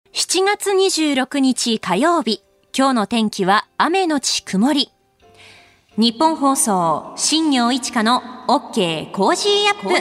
7月26日火曜日、今日の天気は雨のち曇り。日本放送新業一華の OK コージーアップ。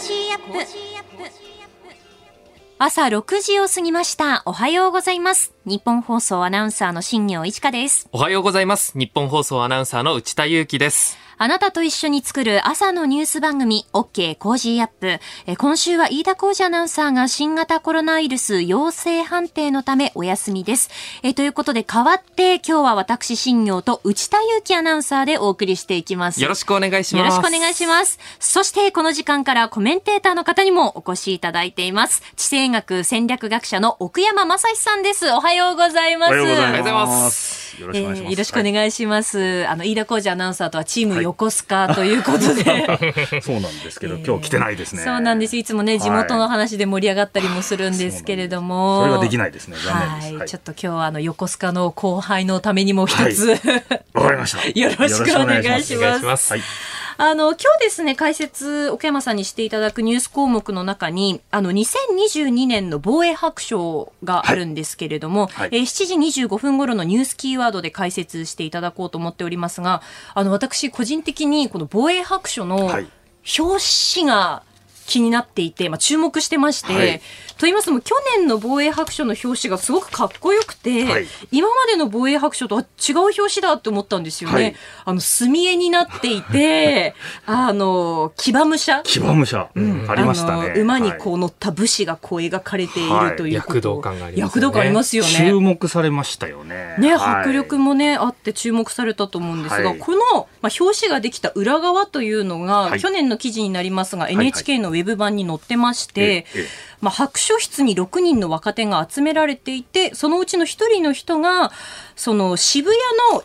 朝6時を過ぎました。おはようございます。日本放送アナウンサーの新業一華です。 おはようございます。日本放送アナウンサーの内田裕樹です。 あなたと一緒に作る朝のニュース番組 OK コージーアップ。今週は飯田浩司アナウンサーが新型コロナウイルス陽性判定のためお休みです。ということで代わって今日は私新業と内田裕樹アナウンサーでお送りしていきます。 よろしくお願いします。 よろしくお願いします。そしてこの時間からコメンテーターの方にもお越しいただいています。地政学戦略学者の奥山正史さんです。おはようございます。 おはようございます。 よろしくお願いします。 よろしくお願いします。飯田浩司アナウンサーとはチーム横須賀ということで、 そうなんですけど、今日来てないですね。 そうなんです。いつもね、地元の話で盛り上がったりもするんですけれども、 それができないですね。残念です。 ちょっと今日は横須賀の後輩のためにも一つ、 わかりました。 よろしくお願いします。今日ですね、解説奥山さんにしていただくニュース項目の中に2022年の防衛白書があるんですけれども、7時25分頃のニュースキーワードで解説していただこうと思っておりますが、私個人的にこの防衛白書の表紙が気になっていて、注目してまして、と言いますのも去年の防衛白書の表紙がすごくかっこよくて、今までの防衛白書とは違う表紙だって思ったんですよね。墨絵になっていて、騎馬武者、 ありましたね。 馬にこう乗った武士がこう描かれているということ、 躍動感がありますね。 躍動感ありますよね。 注目されましたよね。 迫力もねあって注目されたと思うんですが、この、表紙ができた裏側というのが、去年の記事になりますが、NHK のウェブ版に載ってまして、白書室に6人の若手が集められていて、そのうちの1人の人がその渋谷の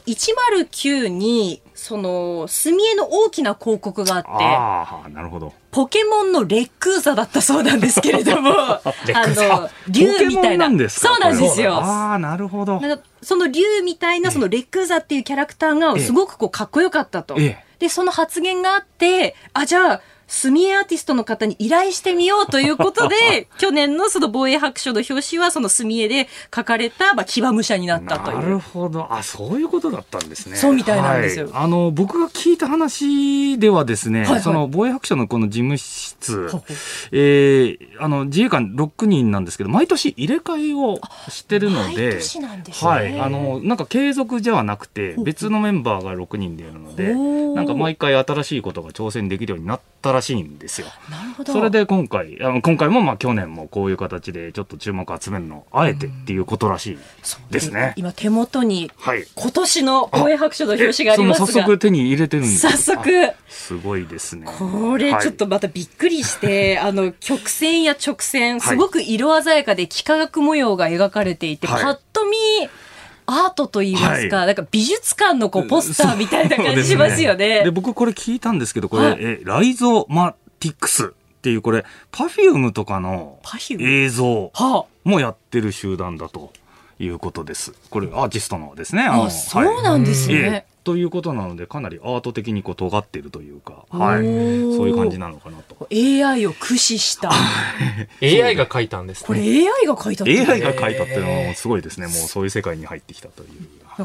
109にその墨絵の大きな広告があって、 なるほど、 ポケモンのレックーザだったそうなんですけれども竜みたいな、そうなんですよ。 なるほど。 その竜みたいなそのレックーザっていうキャラクターがすごくこうかっこよかったと、でその発言があって、じゃあ墨絵アーティストの方に依頼してみようということで去年のその防衛白書の表紙はその墨絵で描かれた騎馬武者になったという。 なるほど、そういうことだったんですね。 そうみたいなんですよ。 僕が聞いた話ではですね、その防衛白書のこの事務室、自衛官6人なんですけど、毎年入れ替えをしてるので、 毎年なんですね。 なんか継続じゃなくて別のメンバーが6人でやるので、なんか毎回新しいことが挑戦できるようになったらしいんですよ。 なるほど。 それで今回も去年もこういう形でちょっと注目を集めるのあえてっていうことらしいですね。 今手元に今年の防衛白書の表紙がありますが、 早速手に入れてるんです。 早速すごいですね。 これちょっとまたびっくりして、曲線や直線すごく色鮮やかで幾何学模様が描かれていて、パッと見アートと言いますか、なんか美術館のポスターみたいな感じしますよね。 で僕これ聞いたんですけど、これ、ライゾマティックスっていう、これパフュームとかの映像もやってる集団だということです。これアーティストのですね。 そうなんですね。 ということなので、かなりアート的に尖っているというか、そういう感じなのかなと。 AI を駆使した AI が描いたんですね。 これ AI が描いたっていう AI が描いたっていうのはすごいですね。もうそういう世界に入ってきたという。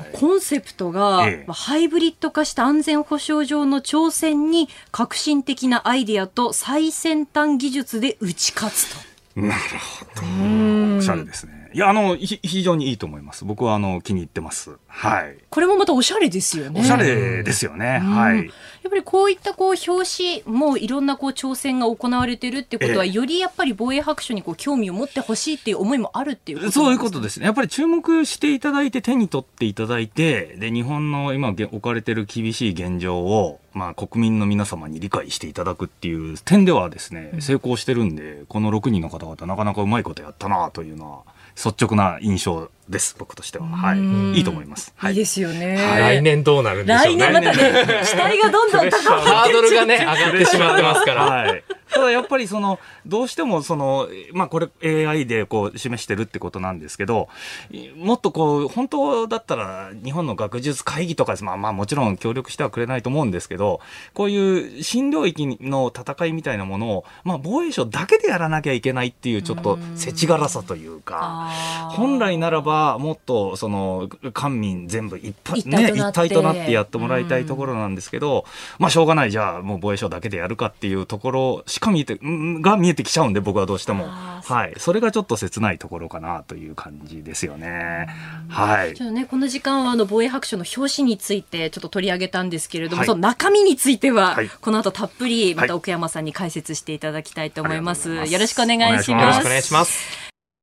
コンセプトが、ハイブリッド化した安全保障上の挑戦に革新的なアイデアと最先端技術で打ち勝つと。 なるほど。おしゃれですね。いや、非常にいいと思います。僕は気に入ってます。 これもまたおしゃれですよね。 おしゃれですよね。 やっぱりこういった表紙もいろんな挑戦が行われてるってことは、よりやっぱり防衛白書に興味を持ってほしいっていう思いもあるっていうことなんですか。 そういうことですね。やっぱり注目していただいて、手に取っていただいて、で日本の今置かれている厳しい現状を国民の皆様に理解していただくっていう点ではですね、成功してるんで、この6人の方々なかなかうまいことやったなというのは率直な印象です。僕としては、いいと思います。 いいですよね。 来年どうなるんでしょうね。 来年またね、期待がどんどん高まってハードルがね上がってしまってますから。 ただやっぱりどうしてもこれ AI でこう示してるってことなんですけど、もっと本当だったら日本の学術会議とかです、もちろん協力してはくれないと思うんですけど、こういう新領域の戦いみたいなものを、防衛省だけでやらなきゃいけないっていうちょっと世知辛さというか、本来ならばもっと官民全部一体となってやってもらいたいところなんですけど、しょうがない、じゃあもう防衛省だけでやるかっていうところしか見えてきちゃうんで、僕はどうしても、それがちょっと切ないところかなという感じですよね。 ちょっとね、この時間は防衛白書の表紙についてちょっと取り上げたんですけれども、その中身については、この後たっぷりまた奥山さんに解説していただきたいと思います。よろしくお願いします。 よろしくお願いします。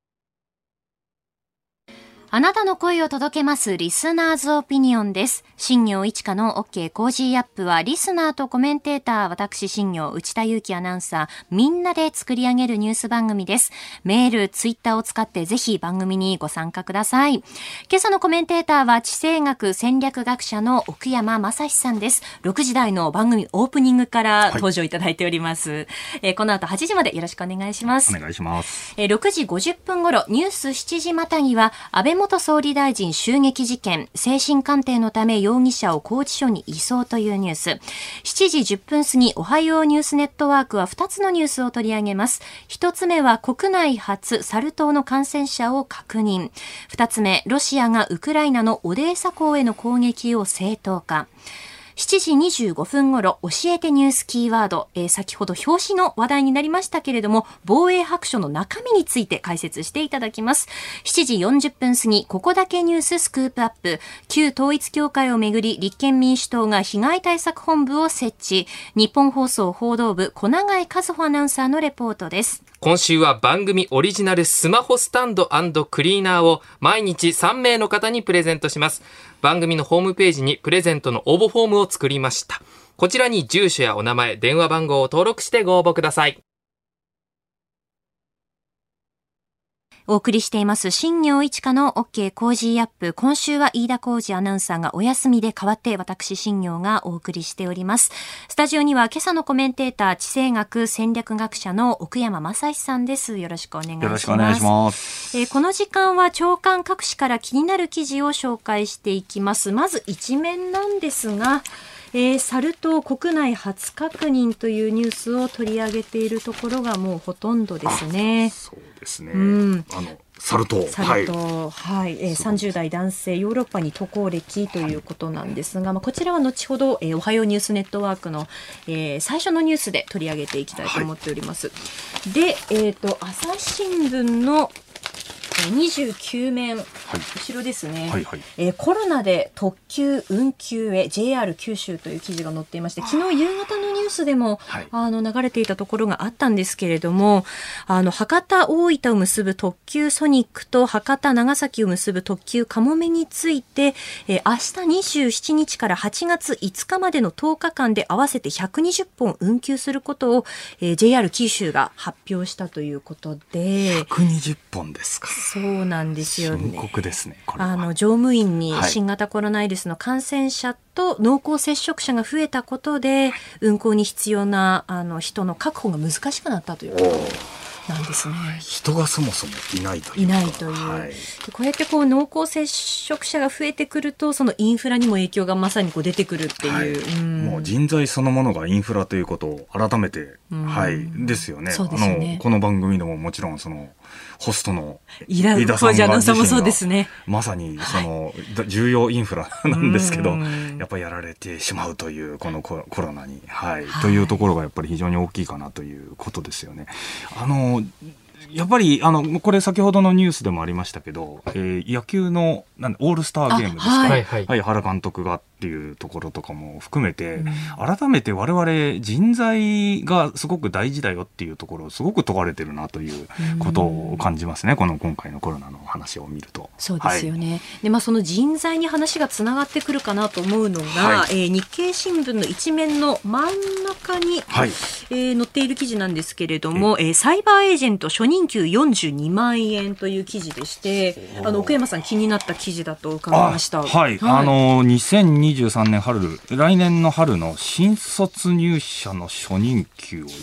あなたの声を届けますリスナーズオピニオンです。新業一華の OK コージーアップはリスナーとコメンテーター、私新業内田裕樹アナウンサーみんなで作り上げるニュース番組です。メール、ツイッターを使ってぜひ番組にご参加ください。今朝のコメンテーターは地政学戦略学者の奥山正史さんです。6時台の番組オープニングから登場いただいております。この後8時までよろしくお願いします。 お願いします。 6時50分頃ニュース7時またぎは安倍元総理大臣襲撃事件、精神鑑定のため容疑者を拘置所に移送というニュース。7時10分過ぎ、おはようニュースネットワークは2つのニュースを取り上げます。1つ目は国内初サル痘の感染者を確認。2つ目、ロシアがウクライナのオデーサ港への攻撃を正当化。7時25分頃、教えてニュースキーワード、先ほど表紙の話題になりましたけれども、防衛白書の中身について解説していただきます。7時40分過ぎ、ここだけニューススクープアップ。旧統一教会をめぐり、立憲民主党が被害対策本部を設置。日本放送報道部、小永井和穂アナウンサーのレポートです。 今週は番組オリジナルスマホスタンド&クリーナーを毎日3名の方にプレゼントします。番組のホームページにプレゼントの応募フォームを作りました。こちらに住所やお名前、電話番号を登録してご応募ください。 お送りしています新業一華の OK コージーアップ。今週は飯田浩司アナウンサーがお休みで代わって私新業がお送りしております。スタジオには今朝のコメンテーター、地政学戦略学者の奥山正史さんです。よろしくお願いします。 よろしくお願いします。 この時間は朝刊各紙から気になる記事を紹介していきます。まず一面なんですが、サル痘国内初確認というニュースを取り上げているところがもうほとんどですね。 そうですね。サル痘。 はい。30代男性、ヨーロッパに渡航歴ということなんですが、こちらは後ほど、おはようニュースネットワークの、最初のニュースで取り上げていきたいと思っております。で、朝日新聞の29面、後ろですね、コロナで特急運休へ JR 九州という記事が載っていまして、昨日夕方のニュースでも、流れていたところがあったんですけれども、博多大分を結ぶ特急ソニックと博多長崎を結ぶ特急かもめについて、明日27日から8月5日までの10日間で合わせて120本運休することを、JR 九州が発表したということで。 120本ですか。 そうなんですよね。 深刻ですね。これは乗務員に新型コロナウイルスの感染者と濃厚接触者が増えたことで、運行に必要な人の確保が難しくなったということなんですね。 人がそもそもいないという。 こうやって濃厚接触者が増えてくると、そのインフラにも影響がまさに出てくるっていう、 もう人材そのものがインフラということを改めて、ですよね。 そうですね。 この番組でももちろんホストの飯田さんが自身がまさに重要インフラなんですけど、やっぱりやられてしまうというこのコロナに、というところがやっぱり非常に大きいかなということですよね。やっぱりこれ先ほどのニュースでもありましたけど、野球のオールスターゲームですか、原監督がっていうところとかも含めて、改めて我々人材がすごく大事だよっていうところをすごく問われてるなということを感じますね。今回のコロナの話を見ると。 そうですよね。で、その人材に話がつながってくるかなと思うのが、日経新聞の一面の真ん中に、載っている記事なんですけれども、サイバーエージェント初任給42万円という記事でして、奥山さん気になった記事だと伺いました。 2022 2023年来年の春の新卒入社の初任給を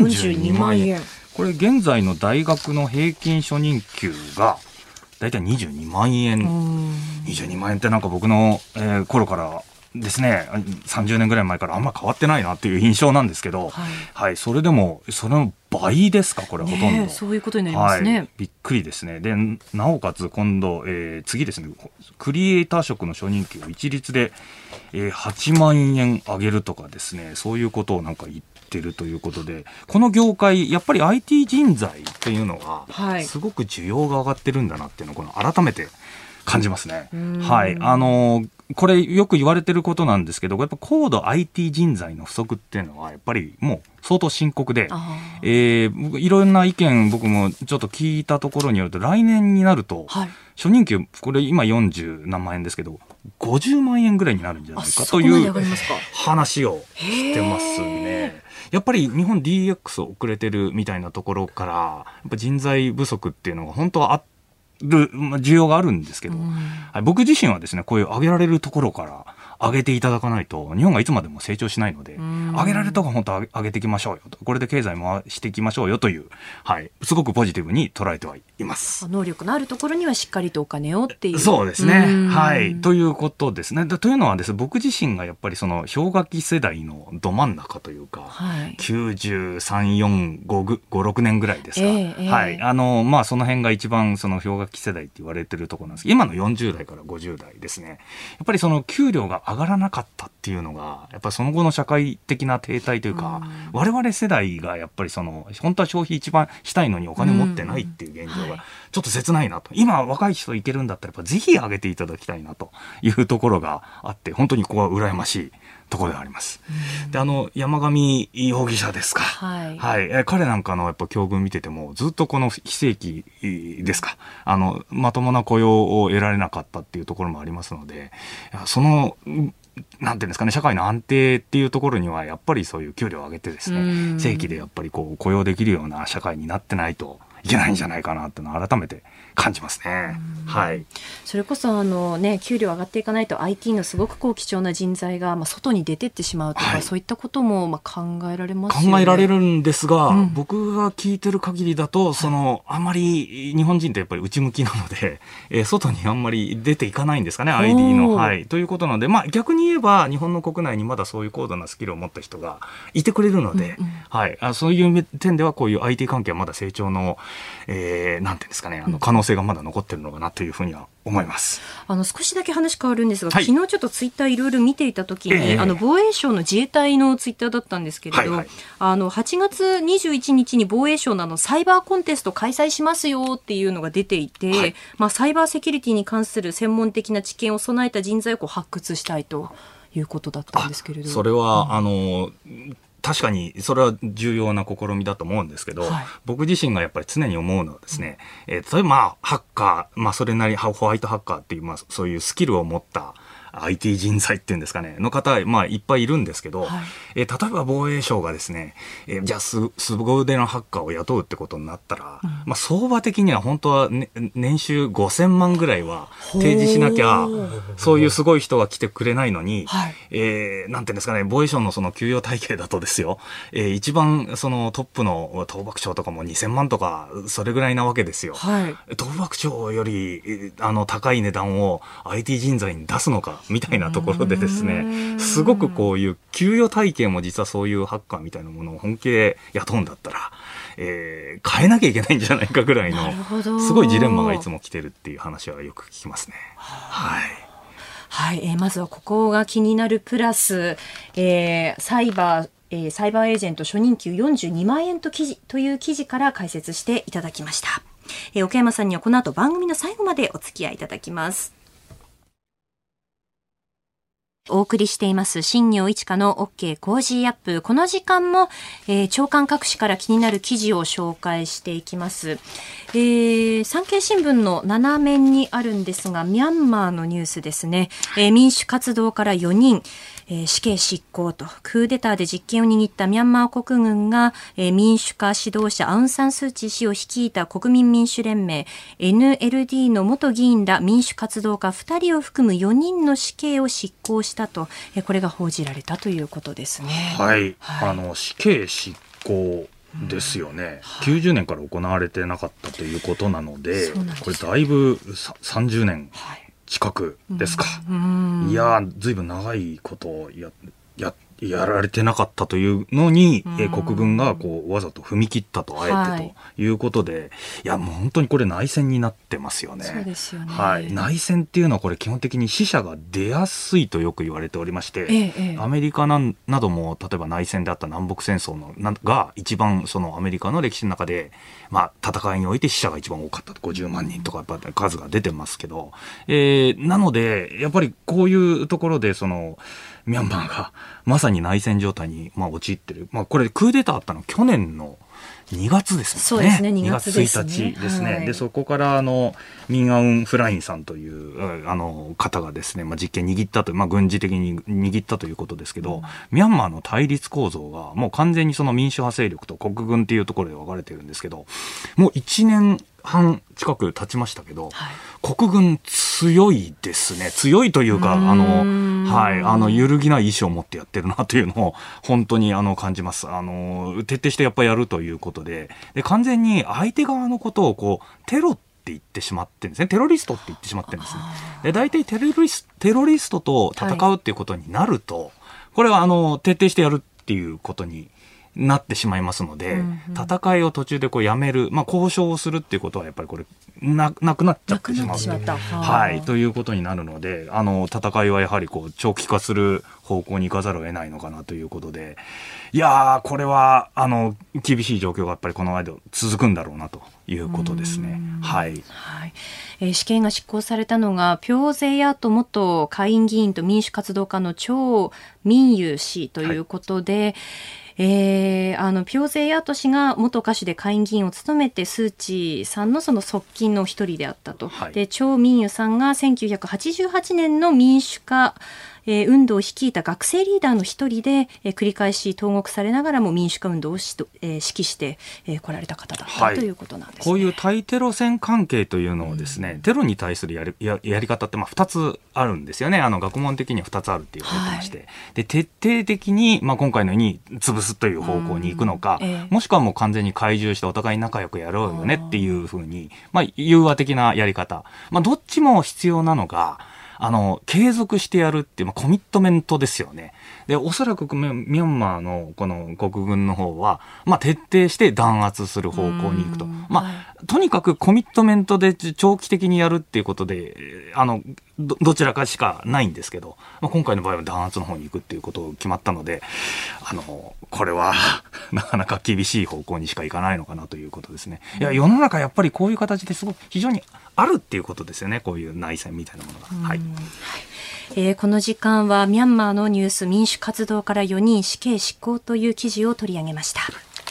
42万円。これ現在の大学の平均初任給がだいたい22万円。22万円ってなんか僕の、頃からですね、30年ぐらい前からあんま変わってないなっていう印象なんですけど、はい、それでもそれの倍ですか、これほとんど、 そういうことになりますね、 びっくりですね。でなおかつ今度、次ですね、クリエイター職の初任給を一律で、8万円上げるとかですね、そういうことをなんか言ってるということで、この業界やっぱり IT 人材っていうのがすごく需要が上がってるんだなっていうのをこの改めて感じますね。はい、これよく言われてることなんですけど、やっぱ高度 IT 人材の不足っていうのはやっぱりもう相当深刻で、いろんな意見僕もちょっと聞いたところによると、来年になると、初任給これ今40何万円ですけど50万円ぐらいになるんじゃないかという話をしてますね。やっぱり日本 DX 遅れてるみたいなところから、やっぱ人材不足っていうのが本当は需要があるんですけど、僕自身はですね、こういう上げられるところから上げていただかないと日本がいつまでも成長しないので、上げられるところ本当上げていきましょうよと、これで経済回していきましょうよという、すごくポジティブに捉えてはいます。 能力のあるところにはしっかりとお金をっていう。 そうですね、はい、ということですね。というのはですね、僕自身がやっぱりその氷河期世代のど真ん中というか、93、4、5、6年ぐらいですか、その辺が一番その氷河期世代って言われてるところなんですけど、今の40代から50代ですね、やっぱりその給料が上がらなかったっていうのが、やっぱりその後の社会的な停滞というか、我々世代がやっぱりその本当は消費一番したいのにお金持ってないっていう現状がちょっと切ないなと。今若い人いけるんだったらやっぱぜひ上げていただきたいなというところがあって、本当にここは羨ましいところであります。で、山上容疑者ですか、彼なんかのやっぱ境遇見てても、ずっとこの非正規ですか、まともな雇用を得られなかったっていうところもありますので、そのなんていうんですかね、社会の安定っていうところにはやっぱりそういう給料を上げてですね、正規でやっぱりこう雇用できるような社会になってないといけないんじゃないかなっていうのを改めて感じますね。 それこそ給料上がっていかないと IT のすごく貴重な人材が外に出てってしまうとか、そういったことも考えられますよね。 考えられるんですが、僕が聞いてる限りだと、あまり日本人ってやっぱり内向きなので、外にあんまり出ていかないんですかね、ID の。ということなので、逆に言えば日本の国内にまだそういう高度なスキルを持った人がいてくれるので、そういう点ではこういう IT 関係はまだ成長のなんていうんですかね、可能性がまだ残ってるのかなというふうには思います。 少しだけ話変わるんですが、昨日ちょっとツイッターいろいろ見ていたときに、防衛省の自衛隊のツイッターだったんですけれど、8月21日に防衛省のサイバーコンテスト開催しますよっていうのが出ていて、サイバーセキュリティに関する専門的な知見を備えた人材を発掘したいということだったんですけれど、 それは、確かにそれは重要な試みだと思うんですけど、僕自身がやっぱり常に思うのはですね、例えばハッカー、それなりホワイトハッカーっていう、そういうスキルを持ったIT 人材っていうんですかね、の方、いっぱいいるんですけど、例えば防衛省がですね、じゃあ凄腕のハッカーを雇うってことになったら、相場的には本当は、年収5000万ぐらいは提示しなきゃ、そういうすごい人が来てくれないのに、なんていうんですかね、防衛省のその給与体系だとですよ、一番そのトップの東幕長とかも2000万とか、それぐらいなわけですよ。東幕長より高い値段を IT 人材に出すのかみたいなところでですね、すごくこういう給与体系も実はそういうハッカーみたいなものを本気で雇うんだったら、変えなきゃいけないんじゃないかぐらいのすごいジレンマがいつも来てるっていう話はよく聞きますね。 まずはここが気になるプラス、サイバーエージェント初任給42万円という記事から解説していただきました。奥山さんにはこの後番組の最後までお付き合いいただきます。お送りしています新業一華の OK コージーアップ。この時間も、朝刊各紙から気になる記事を紹介していきます。産経新聞の7面にあるんですが、ミャンマーのニュースですね。民主活動から4人、 死刑執行とクーデターで実権を握ったミャンマー国軍が、民主化指導者アウン・サン・スー・チー氏を率いた国民民主連盟 NLD の元議員ら民主活動家2人を含む4人の死刑を執行したと、これが報じられたということですね。 はい、死刑執行ですよね、90年から行われてなかったということなので、これだいぶ30年近くですか。いやずいぶん長いことをやられてなかったというのに、国軍がわざと踏み切ったと、あえてということで、いやもう本当にこれ内戦になってますよね。 そうですよね。 内戦っていうのはこれ基本的に死者が出やすいとよく言われておりまして、アメリカなども例えば内戦であった南北戦争が一番そのアメリカの歴史の中で、戦いにおいて死者が一番多かったと、50万人とかやっぱ数が出てますけど、なのでやっぱりこういうところでそのミャンマーがまさに内戦状態に陥ってる。これクーデターあったの去年の2月ですね。 そうですね、2 月1日ですね。でそこからミン・アウン・フラインさんという方がですね、実権握ったと、軍事的に握ったということですけど、ミャンマーの対立構造がもう完全にその民主派勢力と国軍っていうところで分かれてるんですけど、もう1年半近く経ちましたけど、国軍強いですね。強いというか揺るぎない意志を持ってやってるなというのを本当に感じます。徹底してやっぱりやるということで、完全に相手側のことをテロって言ってしまってるんですね。テロリストって言ってしまってるんですね。で大体テロリストと戦うっていうことになると、これは徹底してやるっていうことになってしまいますので、戦いを途中でやめる、交渉をするっていうことはやっぱりこれなくなっちゃってしまうということになるので、戦いはやはり長期化する方向に行かざるを得ないのかなということで、いやこれは厳しい状況がやっぱりこの間続くんだろうなということですね。 死刑が執行されたのがピョーゼヤート元下院議員と民主活動家のチョー・ミンユー氏ということで、ピョーゼヤート氏が元歌手で下院議員を務めて、スー・チーさんのその側近の一人であったと。でチョー・ミンユさんが1988年の民主化運動を率いた学生リーダーの一人で、繰り返し投獄されながらも民主化運動を指揮して来られた方だったということなんですね。 こういう対テロ戦関係というのをですね、テロに対するやり方って2つあるんですよね。学問的には2つあるって言われてまして、で徹底的に、今回のように潰すという方向に行くのか、もしくはもう完全に懐柔してお互い仲良くやろうよねっていうふうに、融和的なやり方、どっちも必要なのが継続してやるっていう、コミットメントですよね。でおそらくミャンマーのこの国軍の方は、徹底して弾圧する方向に行くと、とにかくコミットメントで長期的にやるっていうことでどちらかしかないんですけど、今回の場合は弾圧の方に行くっていうことを決まったので、これはなかなか厳しい方向にしか行かないのかなということですね。いや世の中やっぱりこういう形ですごく非常にあるっていうことですよね。こういう内戦みたいなものが。 この時間はミャンマーのニュース、民主活動から4人死刑執行という記事を取り上げました。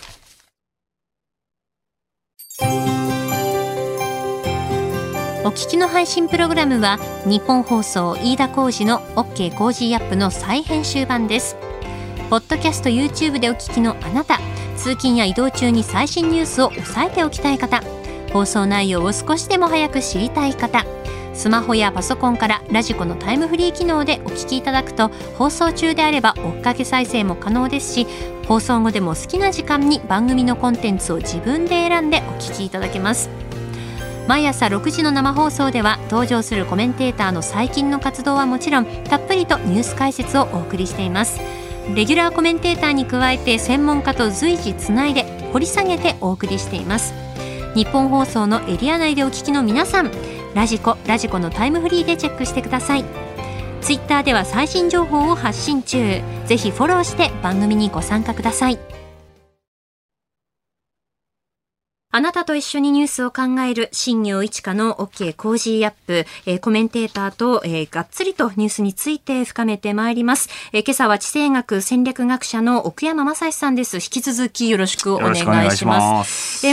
お聞きの配信プログラムは日本放送飯田浩司の OK コージーアップの再編集版です。ポッドキャスト YouTube でお聞きのあなた、通勤や移動中に最新ニュースを押さえておきたい方、放送内容を少しでも早く知りたい方、スマホやパソコンからラジコのタイムフリー機能でお聞きいただくと、放送中であれば追っかけ再生も可能ですし、放送後でも好きな時間に番組のコンテンツを自分で選んでお聞きいただけます。毎朝6時の生放送では登場するコメンテーターの最近の活動はもちろん、たっぷりとニュース解説をお送りしています。レギュラーコメンテーターに加えて専門家と随時つないで掘り下げてお送りしています。日本放送のエリア内でお聞きの皆さん、ラジコのタイムフリーでチェックしてください。ツイッターでは最新情報を発信中。ぜひフォローして番組にご参加ください。 あなたと一緒にニュースを考える新業一華の OK コージーアップ、コメンテーターと、がっつりとニュースについて深めてまいります。今朝は地政学戦略学者の奥山正史さんです。引き続きよろしくお願いします。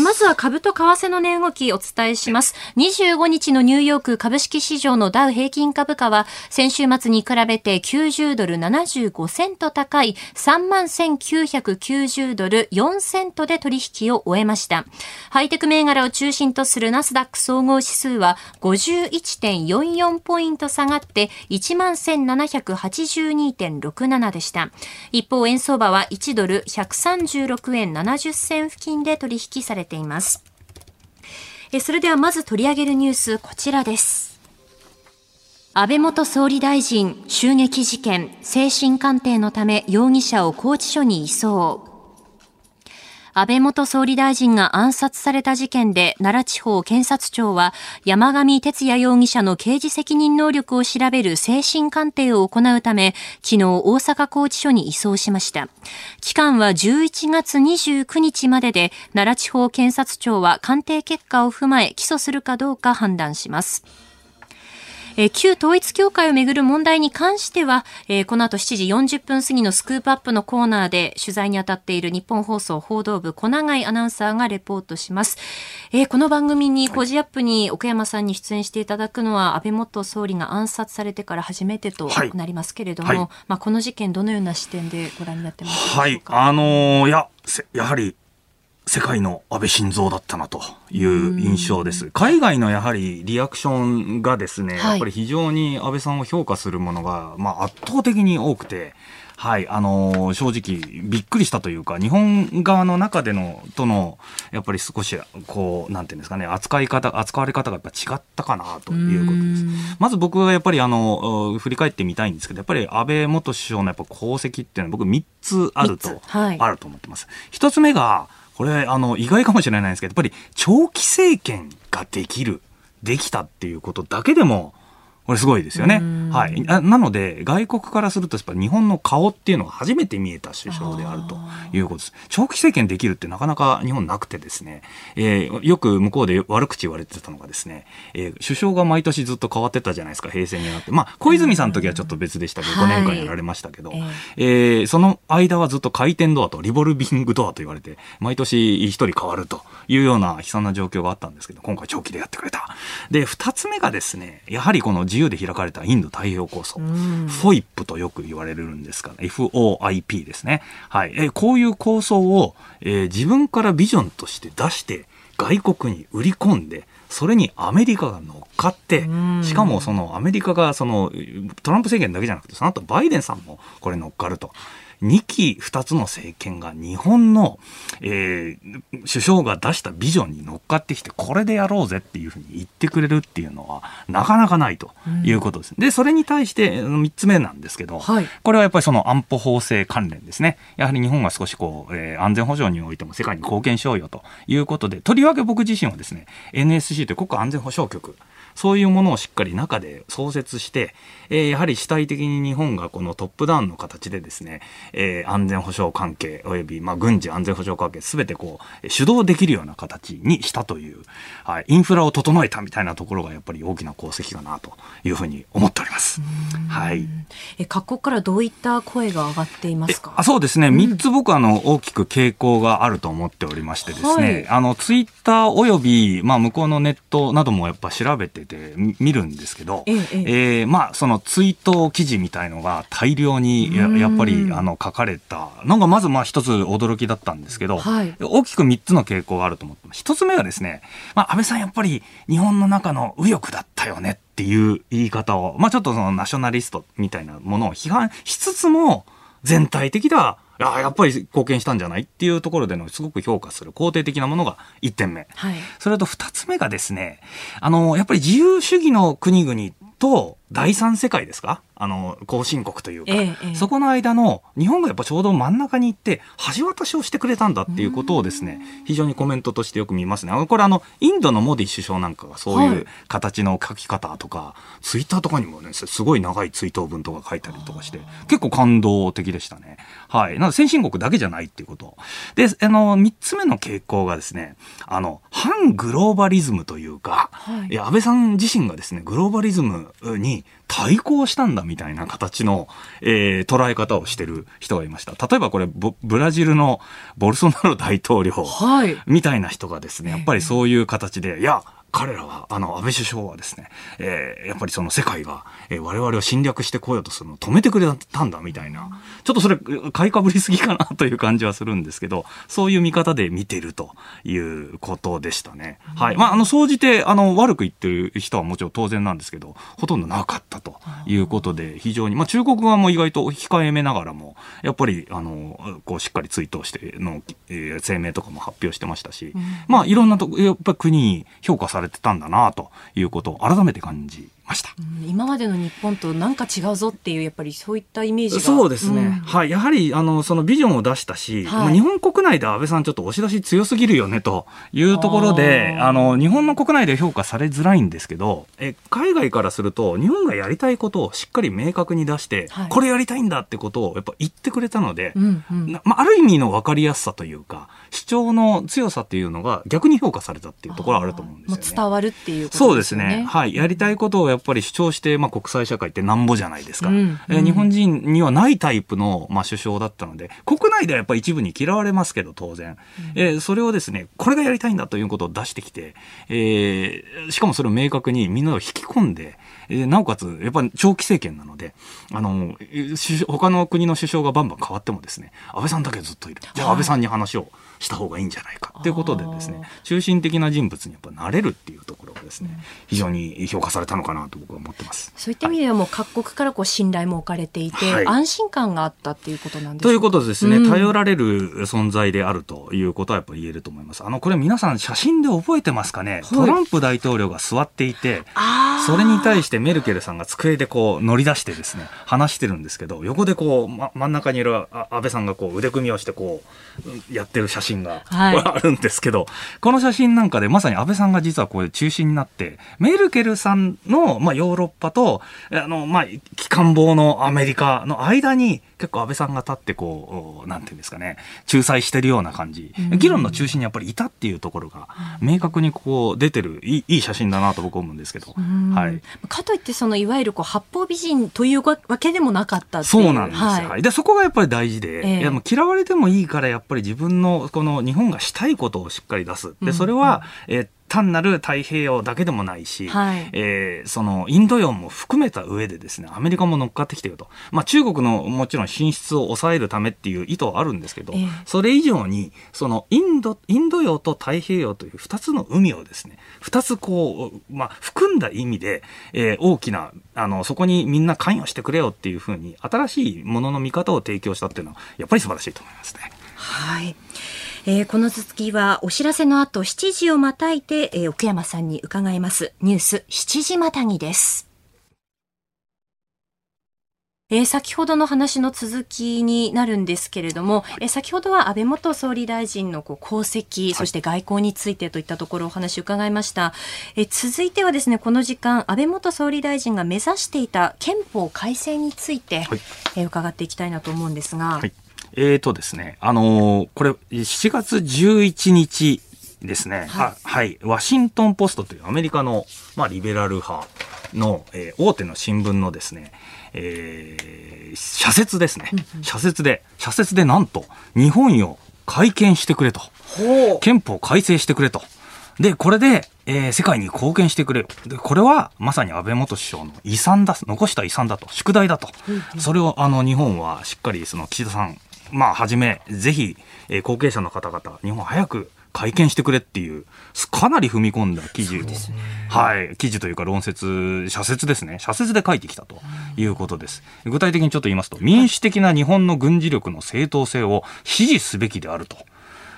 まずは株と為替の値動きお伝えします。25日のニューヨーク株式市場のダウ平均株価は先週末に比べて90ドル75セント高い 31,990 ドル4セントで取引を終えました。ハイテク銘柄を中心とするナスダック総合指数は 51.44 ポイント下がって11,782.67 でした。一方、円相場は1ドル136円70銭付近で取引されています。それではまず取り上げるニュース、こちらです。安倍元総理大臣襲撃事件、精神鑑定のため容疑者を拘置所に移送。安倍元総理大臣が暗殺された事件で奈良地方検察庁は山上徹也容疑者の刑事責任能力を調べる精神鑑定を行うため昨日大阪拘置所に移送しました。期間は11月29日までで奈良地方検察庁は鑑定結果を踏まえ起訴するかどうか判断します。旧統一教会をめぐる問題に関しては、この後7時40分過ぎのスクープアップのコーナーで取材に当たっている日本放送報道部小永井アナウンサーがレポートします。この番組にコジアップに奥山さんに出演していただくのは安倍元総理が暗殺されてから初めてとなりますけれども、この事件どのような視点でご覧になってますでしょうか。 やはり世界の安倍晋三だったなという印象です。海外のやはりリアクションがですね、やっぱり非常に安倍さんを評価するものが、圧倒的に多くて、正直びっくりしたというか、日本側の中でのやっぱり少しなんていうんですかね、扱われ方がやっぱ違ったかなということです。まず僕はやっぱり振り返ってみたいんですけど、やっぱり安倍元首相のやっぱ功績っていうのは僕3つあると思ってます。1つ目がこれ意外かもしれないんですけど、やっぱり長期政権ができたっていうことだけでもこれすごいですよね。なので外国からするとやっぱ日本の顔っていうのが初めて見えた首相であるということです。長期政権できるってなかなか日本なくてですね、よく向こうで悪口言われてたのがですね、首相が毎年ずっと変わってたじゃないですか、平成になって。小泉さんの時はちょっと別でしたけど、5年間やられましたけど、その間はずっと回転ドアとリボルビングドアと言われて、毎年一人変わるというような悲惨な状況があったんですけど、今回長期でやってくれた。で、2つ目がですね、やはりこの自由で開かれたインド太平洋構想、FOIP とよく言われるんですが、FOIP ですね。こういう構想を、自分からビジョンとして出して外国に売り込んで、それにアメリカが乗っかって、しかもそのアメリカがトランプ政権だけじゃなくて、その後バイデンさんもこれ乗っかると。2期2つの政権が日本の、首相が出したビジョンに乗っかってきて、これでやろうぜっていうふうに言ってくれるっていうのはなかなかないということです。で、それに対して3つ目なんですけど、これはやっぱりその安保法制関連ですね。やはり日本が少し安全保障においても世界に貢献しようよということで、とりわけ僕自身はですね、NSC という国家安全保障局、そういうものをしっかり中で創設して、やはり主体的に日本がこのトップダウンの形でですね、安全保障関係および軍事安全保障関係すべて主導できるような形にしたという、インフラを整えたみたいなところがやっぱり大きな功績かなというふうに思っております。 各国からどういった声が上がっていますか。 そうですね、3つ僕は大きく傾向があると思っておりましてですね、ツイッターおよび、向こうのネットなどもやっぱ調べてて見るんですけど、そのツイート記事みたいのが大量にやっぱり書かれたのがまず一つ驚きだったんですけど、大きく3つの傾向があると思ってます。1つ目はですね、安倍さんやっぱり日本の中の右翼だったよねっていう言い方を、ちょっとそのナショナリストみたいなものを批判しつつも、全体的ではやっぱり貢献したんじゃないっていうところでのすごく評価する肯定的なものが1点目。それと2つ目がですね、やっぱり自由主義の国々と第三世界ですか、後進国というか、そこの間の日本がやっぱちょうど真ん中に行って橋渡しをしてくれたんだっていうことをですね、非常にコメントとしてよく見ますね。これインドのモディ首相なんかがそういう形の書き方とか、ツイッターとかにもね、すごい長い追悼文とか書いたりとかして、結構感動的でしたね。はい。なので先進国だけじゃないっていうこと。で、3つ目の傾向がですね、反グローバリズムというか、安倍さん自身がですね、グローバリズムに対抗したんだみたいな形の、捉え方をしてる人がいました。例えばこれブラジルのボルソナロ大統領みたいな人がですね、やっぱりそういう形で、いや彼らは安倍首相はですね、やっぱりその世界が、我々を侵略してこようとするのを止めてくれたんだみたいな、ちょっとそれ買いかぶりすぎかなという感じはするんですけど、そういう見方で見てるということでしたね。はい。総じて悪く言ってる人はもちろん当然なんですけど、ほとんどなかったということで、非常に中国側も意外と控えめながらもやっぱりこうしっかり追悼しての、声明とかも発表してましたし、いろんなやっぱり国に評価されてたんだなということを改めて感じました。 今までの日本となんか違うぞっていう、やっぱりそういったイメージが。 そうですね。はい。やはりそのビジョンを出したし、日本国内で安倍さんちょっと押し出し強すぎるよねというところで、日本の国内で評価されづらいんですけど、海外からすると日本がやりたいことをしっかり明確に出して、これやりたいんだってことをやっぱ言ってくれたので、ある意味の分かりやすさというか、主張の強さっていうのが逆に評価されたっていうところはあると思うんですよね。 もう伝わるっていうことですよね。 そうですね。はい。やりたいことをやっぱり主張して、国際社会ってなんぼじゃないですか。日本人にはないタイプの、首相だったので、国内ではやっぱり一部に嫌われますけど、当然。それをですね、これがやりたいんだということを出してきて、しかもそれを明確にみんなを引き込んで、なおかつ、やっぱり長期政権なので、他の国の首相がバンバン変わってもですね、安倍さんだけずっといる。じゃあ安倍さんに話をした方がいいんじゃないかということでですね、中心的な人物にやっぱなれるっていうところがですね、非常に評価されたのかなと僕は思ってます。 そういった意味ではもう各国から信頼も置かれていて、安心感があったっていうことなんですか。 ということですね、頼られる存在であるということはやっぱり言えると思います。これ皆さん写真で覚えてますかね。トランプ大統領が座っていて、それに対してメルケルさんが机で乗り出してですね、話してるんですけど、横で真ん中にいる安倍さんが腕組みをしてやってる写真があるんですけど、この写真なんかでまさに安倍さんが実は中心になって、メルケルさんのヨーロッパと機関棒のアメリカの間に結構安倍さんが立ってなんていうんですかね、仲裁してるような感じ、議論の中心にやっぱりいたっていうところが明確に出てるいい写真だなと僕は思うんですけど、はい、 かといっていわゆる八方美人というわけでもなかったっていう。 そうなんです、はい、でそこがやっぱり大事で、いやもう嫌われてもいいからやっぱり自分のこの日本がしたいことをしっかり出す。でそれは、単なる太平洋だけでもないし、そのインド洋も含めた上でですね、アメリカも乗っかってきていると。中国のもちろん進出を抑えるためっていう意図はあるんですけど、それ以上にそのインド洋と太平洋という2つの海をですね、2つ含んだ意味で、大きなそこにみんな関与してくれよっていうふうに新しいものの見方を提供したっていうのはやっぱり素晴らしいと思いますね。 はい。この続きはお知らせの後7時をまたいて、奥山さんに伺います。ニュース7時またぎです。先ほどの話の続きになるんですけれども、先ほどは安倍元総理大臣の功績、そして外交についてといったところお話を伺いました。続いてはですね、この時間安倍元総理大臣が目指していた憲法改正について、伺っていきたいなと思うんですが、 ですね、これ7月11日ですね、ワシントンポストというアメリカの、リベラル派の、大手の新聞のですね、社説ですね、社説でなんと日本よ改憲してくれと、憲法改正してくれと、でこれで、世界に貢献してくれる。でこれはまさに安倍元首相の遺産だ、残した遺産だと、宿題だと、それを日本はしっかりその岸田さんはじめぜひ、後継者の方々日本早く改憲してくれっていうかなり踏み込んだ記事を、記事というか社説ですね、社説で書いてきたということです。具体的にちょっと言いますと、民主的な日本の軍事力の正当性を支持すべきであると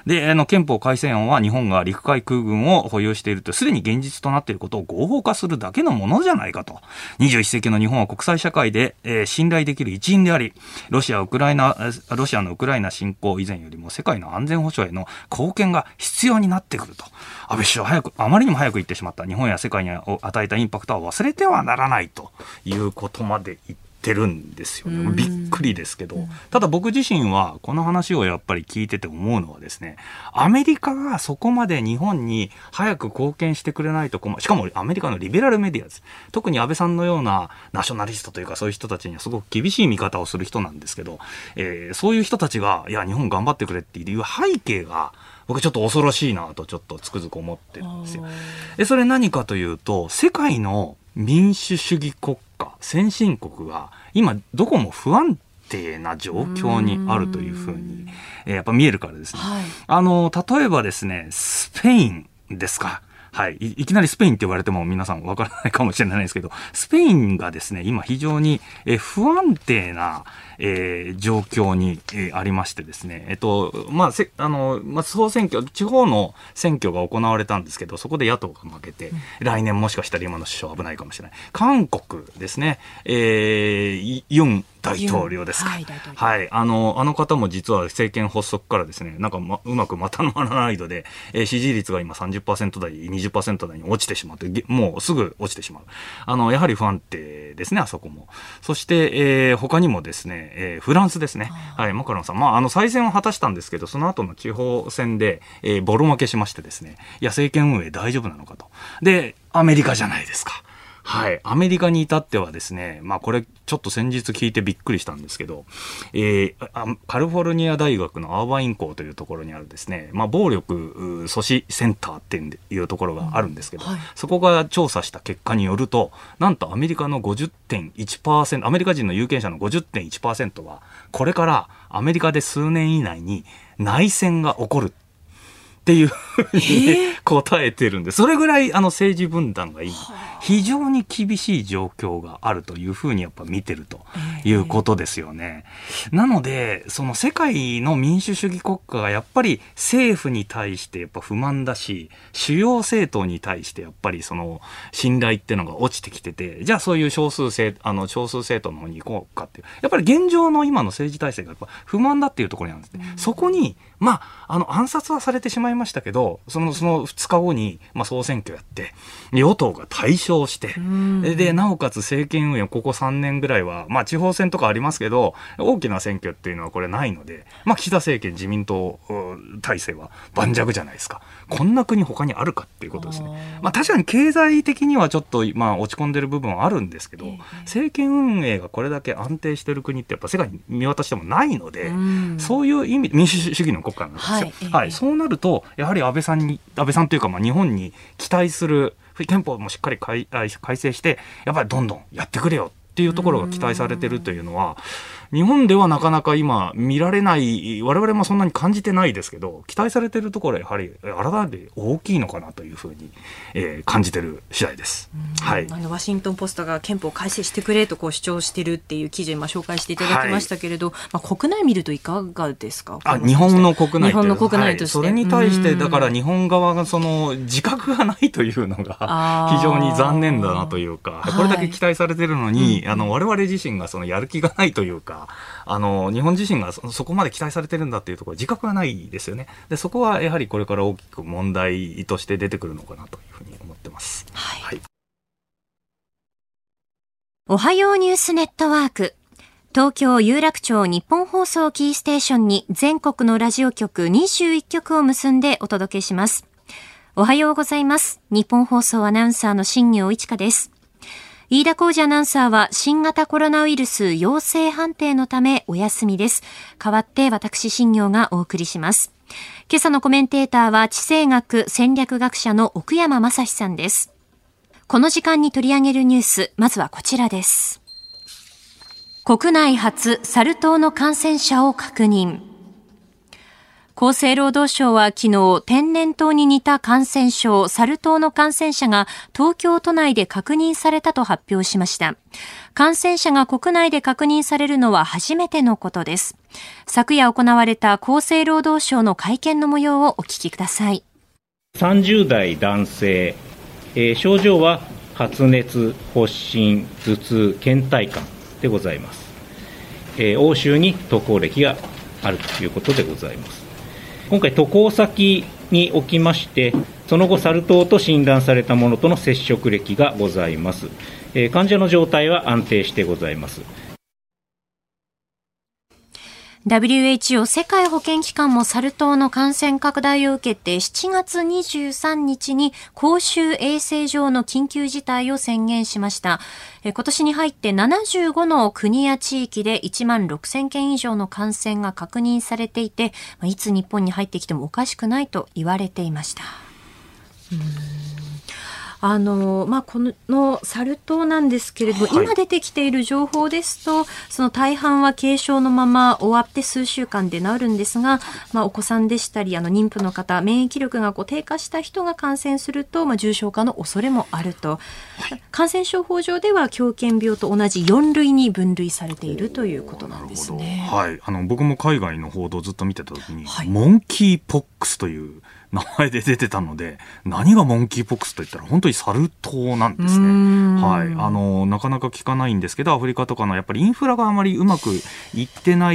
で、憲法改正案は日本が陸海空軍を保有していると、すでに現実となっていることを合法化するだけのものじゃないかと。21世紀の日本は国際社会で、信頼できる一員であり、ロシアのウクライナ侵攻以前よりも世界の安全保障への貢献が必要になってくると。安倍首相あまりにも早く言ってしまった。日本や世界に与えたインパクトは忘れてはならないということまで言ってるんですよね。びっくりですけど、ただ僕自身はこの話をやっぱり聞いてて思うのはですね、アメリカがそこまで日本に早く貢献してくれないとしかもアメリカのリベラルメディアです。特に安倍さんのようなナショナリストというかそういう人たちにはすごく厳しい見方をする人なんですけど、そういう人たちがいや日本頑張ってくれっていう背景が僕ちょっと恐ろしいなとちょっとつくづく思ってるんですよ。それ何かというと、世界の民主主義国家先進国が今どこも不安定な状況にあるというふうにやっぱ見えるからですね、例えばですね、スペインですか。はい。いきなりスペインって言われても皆さんわからないかもしれないですけど、スペインがですね、今非常に不安定な状況にありましてですね、総選挙、地方の選挙が行われたんですけど、そこで野党が負けて、来年もしかしたら今の首相危ないかもしれない。韓国ですね、ユン大統領ですか。はい。あの方も実は政権発足からですね、なんかうまくまたのまらないので、支持率が今 30% 台、20% 台に落ちてしまって、もうすぐ落ちてしまう。やはり不安定ですね、あそこも。そして、他にもですね、フランスですね。はい、マカロンさん。再選を果たしたんですけど、その後の地方選で、ボロ負けしましてですね、いや、政権運営大丈夫なのかと。で、アメリカじゃないですか。はい。アメリカに至ってはですね、これちょっと先日聞いてびっくりしたんですけど、カリフォルニア大学のアーバイン校というところにあるですね、暴力阻止センターっていうところがあるんですけど、そこが調査した結果によると、なんとアメリカの 50.1%、アメリカ人の有権者の 50.1% は、これからアメリカで数年以内に内戦が起こるっていうふうに答えてるんで、それぐらい政治分断が今非常に厳しい状況があるというふうにやっぱ見てるということですよね。なのでその世界の民主主義国家がやっぱり政府に対してやっぱ不満だし、主要政党に対してやっぱりその信頼っていうのが落ちてきてて、じゃあそういう少数政党の方に行こうかっていう、やっぱり現状の今の政治体制がやっぱ不満だっていうところにあるんですね。そこに暗殺はされてしまいましたけど、その2日後に、総選挙やって、与党が大勝して、で、なおかつ政権運営、ここ3年ぐらいは、地方選とかありますけど、大きな選挙っていうのはこれないので、岸田政権、自民党体制は盤石じゃないですか。こんな国他にあるかっていうことですね。確かに経済的にはちょっと、落ち込んでる部分はあるんですけど、政権運営がこれだけ安定してる国ってやっぱ世界に見渡してもないので、そういう意味、民主主義の国家なんですよ。そうなるとやはり安倍さんというか日本に期待する憲法もしっかり改正してやっぱりどんどんやってくれよっていうところが期待されてるというのは、日本ではなかなか今見られない、我々もそんなに感じてないですけど、期待されてるところはやはり改めて大きいのかなというふうに、感じてる次第です。はい、 ワシントンポストが憲法改正してくれと主張してるっていう記事を紹介していただきましたけれど、国内見るといかがですか？ 日本の国内として、 それに対してだから日本側がその自覚がないというのが非常に残念だなというか、これだけ期待されてるのに、我々自身がそのやる気がないというか、日本自身がそこまで期待されてるんだっていうところ自覚がないですよね。でそこはやはりこれから大きく問題として出てくるのかなというふうに思ってます。はい。 おはようニュースネットワーク、東京有楽町日本放送キーステーションに全国のラジオ局21局を結んでお届けします。おはようございます。日本放送アナウンサーの新業一華です。飯田浩二アナウンサーは新型コロナウイルス陽性判定のためお休みです。代わって私新業がお送りします。今朝のコメンテーターは地政学戦略学者の奥山正史さんです。この時間に取り上げるニュース、まずはこちらです。国内初サル痘の感染者を確認。 厚生労働省は昨日、天然痘に似た感染症、サル痘の感染者が東京都内で確認されたと発表しました。感染者が国内で確認されるのは初めてのことです。昨夜行われた厚生労働省の会見の模様をお聞きください。 30代男性、症状は発熱、発疹、頭痛、倦怠感でございます。欧州に渡航歴があるということでございます。今回渡航先におきまして、その後サル痘と診断されたものとの接触歴がございます。患者の状態は安定してございます。 WHO 世界保健機関もサル痘の感染拡大を受けて7月23日に公衆衛生上の緊急事態を宣言しました。今年に入って75の国や地域で1万6000件以上の感染が確認されていて、いつ日本に入ってきてもおかしくないと言われていました。このサル痘なんですけれども、今出てきている情報ですと、その大半は軽症のまま終わって数週間で治るんですが、お子さんでしたり、妊婦の方、免疫力が低下した人が感染すると、重症化の恐れもあると。感染症法上では狂犬病と同じ4類に分類されているということなんですね。 僕も海外の報道をずっと見てた時に、モンキーポックスという名前で出てたので、何がモンキーポックスといったら本当にサル痘なんですね。なかなか聞かないんですけど、アフリカとかのやっぱりインフラがあまりうまくいってない、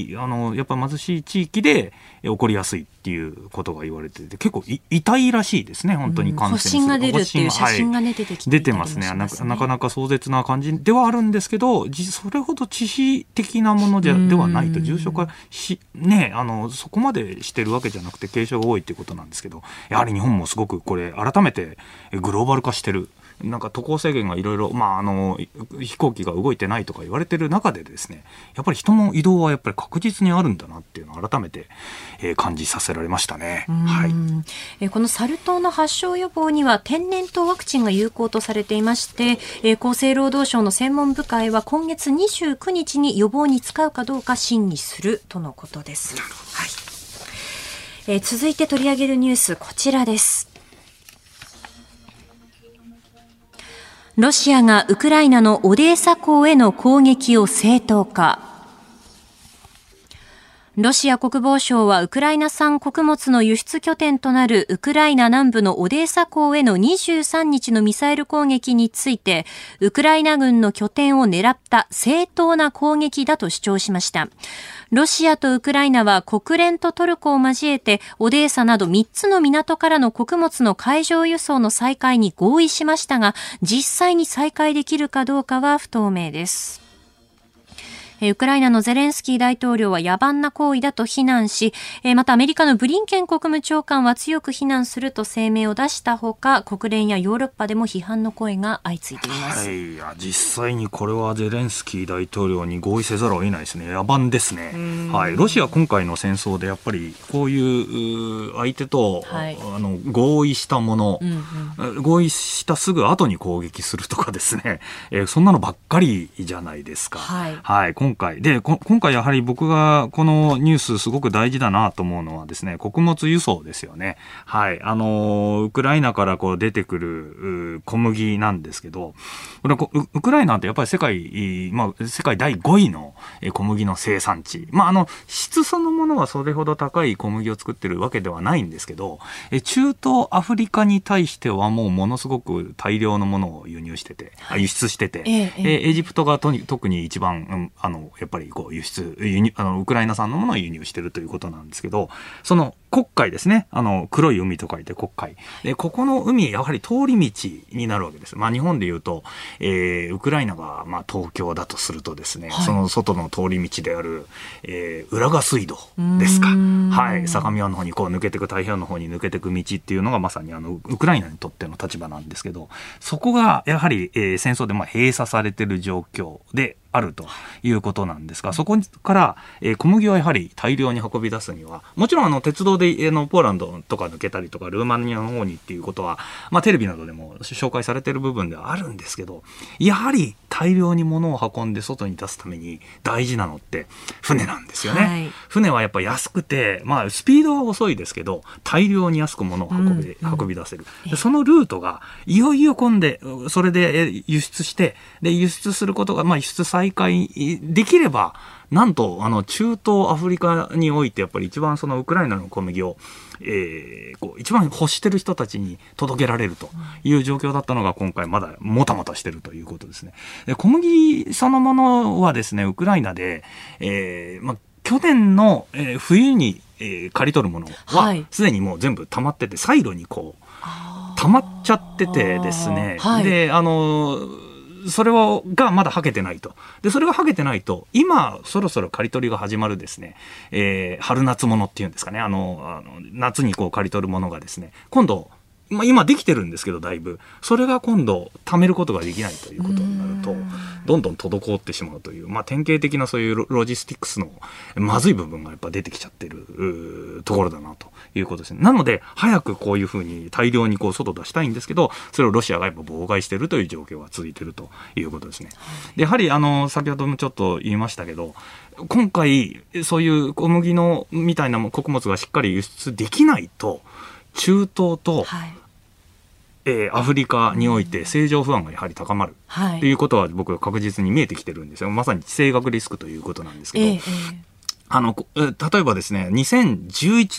やっぱ貧しい地域で起こりやすいっていうことが言われてて、結構痛いらしいですね。本当に感染する。 発疹が出るっていう写真が出てきて、 出てますね。なかなか壮絶な感じではあるんですけど、それほど致死的なものではないと。重症化そこまでしてるわけじゃなくて軽症が多いっていうことなんですけど、やはり日本もすごくこれ改めてグローバル化してる。渡航制限がいろいろ、飛行機が動いてないとか言われてる中でですね、やっぱり人の移動はやっぱり確実にあるんだなっていうのを改めて、感じさせられましたね。 このサル痘の発症予防には天然痘ワクチンが有効とされていまして、厚生労働省の専門部会は今月29日に予防に使うかどうか審議するとのことです。続いて取り上げるニュース、こちらです。ロシアがウクライナのオデーサ港への攻撃を正当化。ロシア国防省はウクライナ産穀物の輸出拠点となるウクライナ南部のオデーサ港への23日のミサイル攻撃について、ウクライナ軍の拠点を狙った正当な攻撃だと主張しました。ロシアとウクライナは国連とトルコを交えてオデーサなど3つの港からの穀物の海上輸送の再開に合意しましたが、実際に再開できるかどうかは不透明です。ウクライナのゼレンスキー大統領は野蛮な行為だと非難し、またアメリカのブリンケン国務長官は強く非難すると声明を出したほか、国連やヨーロッパでも批判の声が相次いでいます。 実際にこれはゼレンスキー大統領に合意せざるを得ないですね。野蛮ですね。ロシア今回の戦争でやっぱりこういう相手と、合意したもの、合意したすぐ後に攻撃するとかですね、そんなのばっかりじゃないですか。今回やはり僕がこのニュースすごく大事だなと思うのはですね、穀物輸送ですよね。ウクライナから出てくる小麦なんですけど、これウクライナってやっぱり世界第5位の小麦の生産地。質そのものはそれほど高い小麦を作ってるわけではないんですけど、中東アフリカに対してはもうものすごく大量のものを輸出してて、エジプトが特に一番やっぱりウクライナ産のものを輸入しているということなんですけど、その黒海ですね、黒い海と書いて黒海で、ここの海やはり通り道になるわけです。日本でいうと、ウクライナが東京だとするとですね、その外の通り道である、浦賀水道ですか。相模湾の方に抜けていく、太平洋の方に抜けていく道っていうのがまさにウクライナにとっての立場なんですけど、そこがやはり、戦争で閉鎖されている状況であるということなんですが、そこから、小麦をやはり大量に運び出すには、もちろん鉄道ででポーランドとか抜けたりとかルーマニアの方にっていうことは、テレビなどでも紹介されてる部分ではあるんですけど、やはり大量に物を運んで外に出すために大事なのって船なんですよね、はい、船はやっぱ安くて、スピードは遅いですけど大量に安く物を運び出せる、でそのルートがいよいよ混んで、それで輸出して、で輸出することが、輸出再開できれば、なんと中東アフリカにおいてやっぱり一番そのウクライナの小麦を、一番欲してる人たちに届けられるという状況だったのが、今回まだもたもたしてるということですね。で小麦そのものはですね、ウクライナで、去年の、冬に、刈り取るものはすでにもう全部溜まってて、サイロにこう溜まっちゃっててですね、はい、でそれがまだはけてないと。で、それがはけてないと、今、そろそろ刈り取りが始まるですね、春夏物っていうんですかね、夏にこう刈り取るものがですね、今度、今できてるんですけど、だいぶ。それが今度、貯めることができないということになると、どんどん滞ってしまうという、典型的なそういうロジスティックスのまずい部分がやっぱ出てきちゃってるところだなということですね。なので、早くこういうふうに大量にこう外出したいんですけど、それをロシアがやっぱ妨害しているという状況が続いているということですね。で、やはり先ほどもちょっと言いましたけど、今回、そういう小麦のみたいな穀物がしっかり輸出できないと、中東と、アフリカにおいて政情不安がやはり高まるということは僕は確実に見えてきてるんですよ。まさに地政学リスクということなんですけど、例えばですね、2010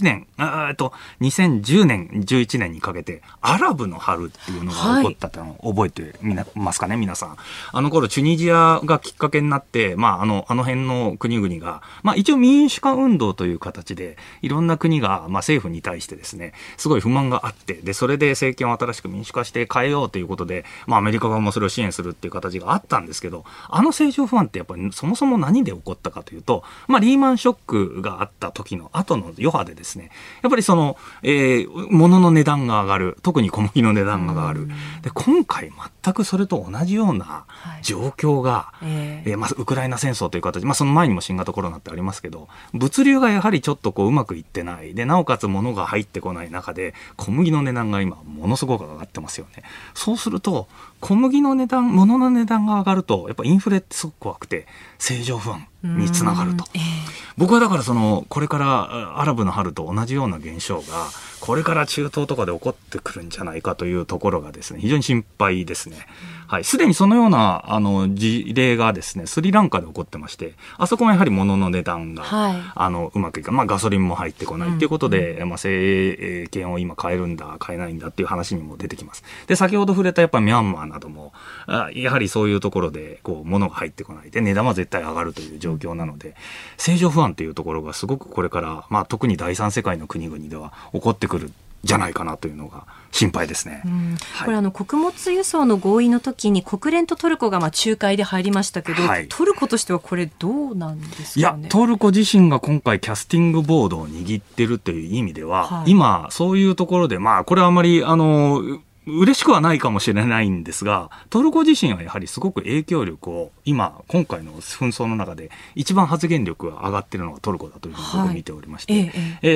年、11年にかけて、アラブの春っていうのが起こったのを覚えてますかね、皆さん。あの頃、チュニジアがきっかけになって、あの辺の国々が、一応民主化運動という形で、いろんな国が、政府に対してですね、すごい不満があって、で、それで政権を新しく民主化して変えようということで、アメリカ側もそれを支援するっていう形があったんですけど、政情不安ってやっぱりそもそも何で起こったかというと、リーマンショックがあった時の後の余波でですね、やっぱり物の値段が上がる、特に小麦の値段が上がる。で、今回全くそれと同じような状況が、ウクライナ戦争という形、その前にも新型コロナってありますけど、物流がやはりちょっとうまくいってない。で、なおかつ物が入ってこない中で、小麦の値段が今ものすごく上がってますよね。そうすると、物の値段が上がると、やっぱインフレってすごく怖くて、政情不安につながると。僕はだからこれからアラブの春と同じような現象がこれから中東とかで起こってくるんじゃないかというところがですね、非常に心配ですね。はい、すでにそのような事例がですね、スリランカで起こってまして、あそこもやはり物の値段が、うまくいかない、ガソリンも入ってこないということで、政権を今変えるんだ変えないんだっていう話にも出てきます。で、先ほど触れたやっぱミャンマーなどもやはりそういうところで物が入ってこないで値段は絶対上がるという状況なので、政情不安というところがすごくこれから、特に第三世界の国々では起こってくるじゃないかなというのが心配ですね。 これ穀物輸送の合意の時に国連とトルコが仲介で入りましたけど、トルコとしてはこれどうなんですかね。いや、 トルコ自身が今回キャスティングボードを握ってるという意味では、今そういうところでこれはあまり嬉しくはないかもしれないんですが、トルコ自身はやはりすごく影響力を今回の紛争の中で一番発言力が上がっているのがトルコだというふうに僕見ておりまして、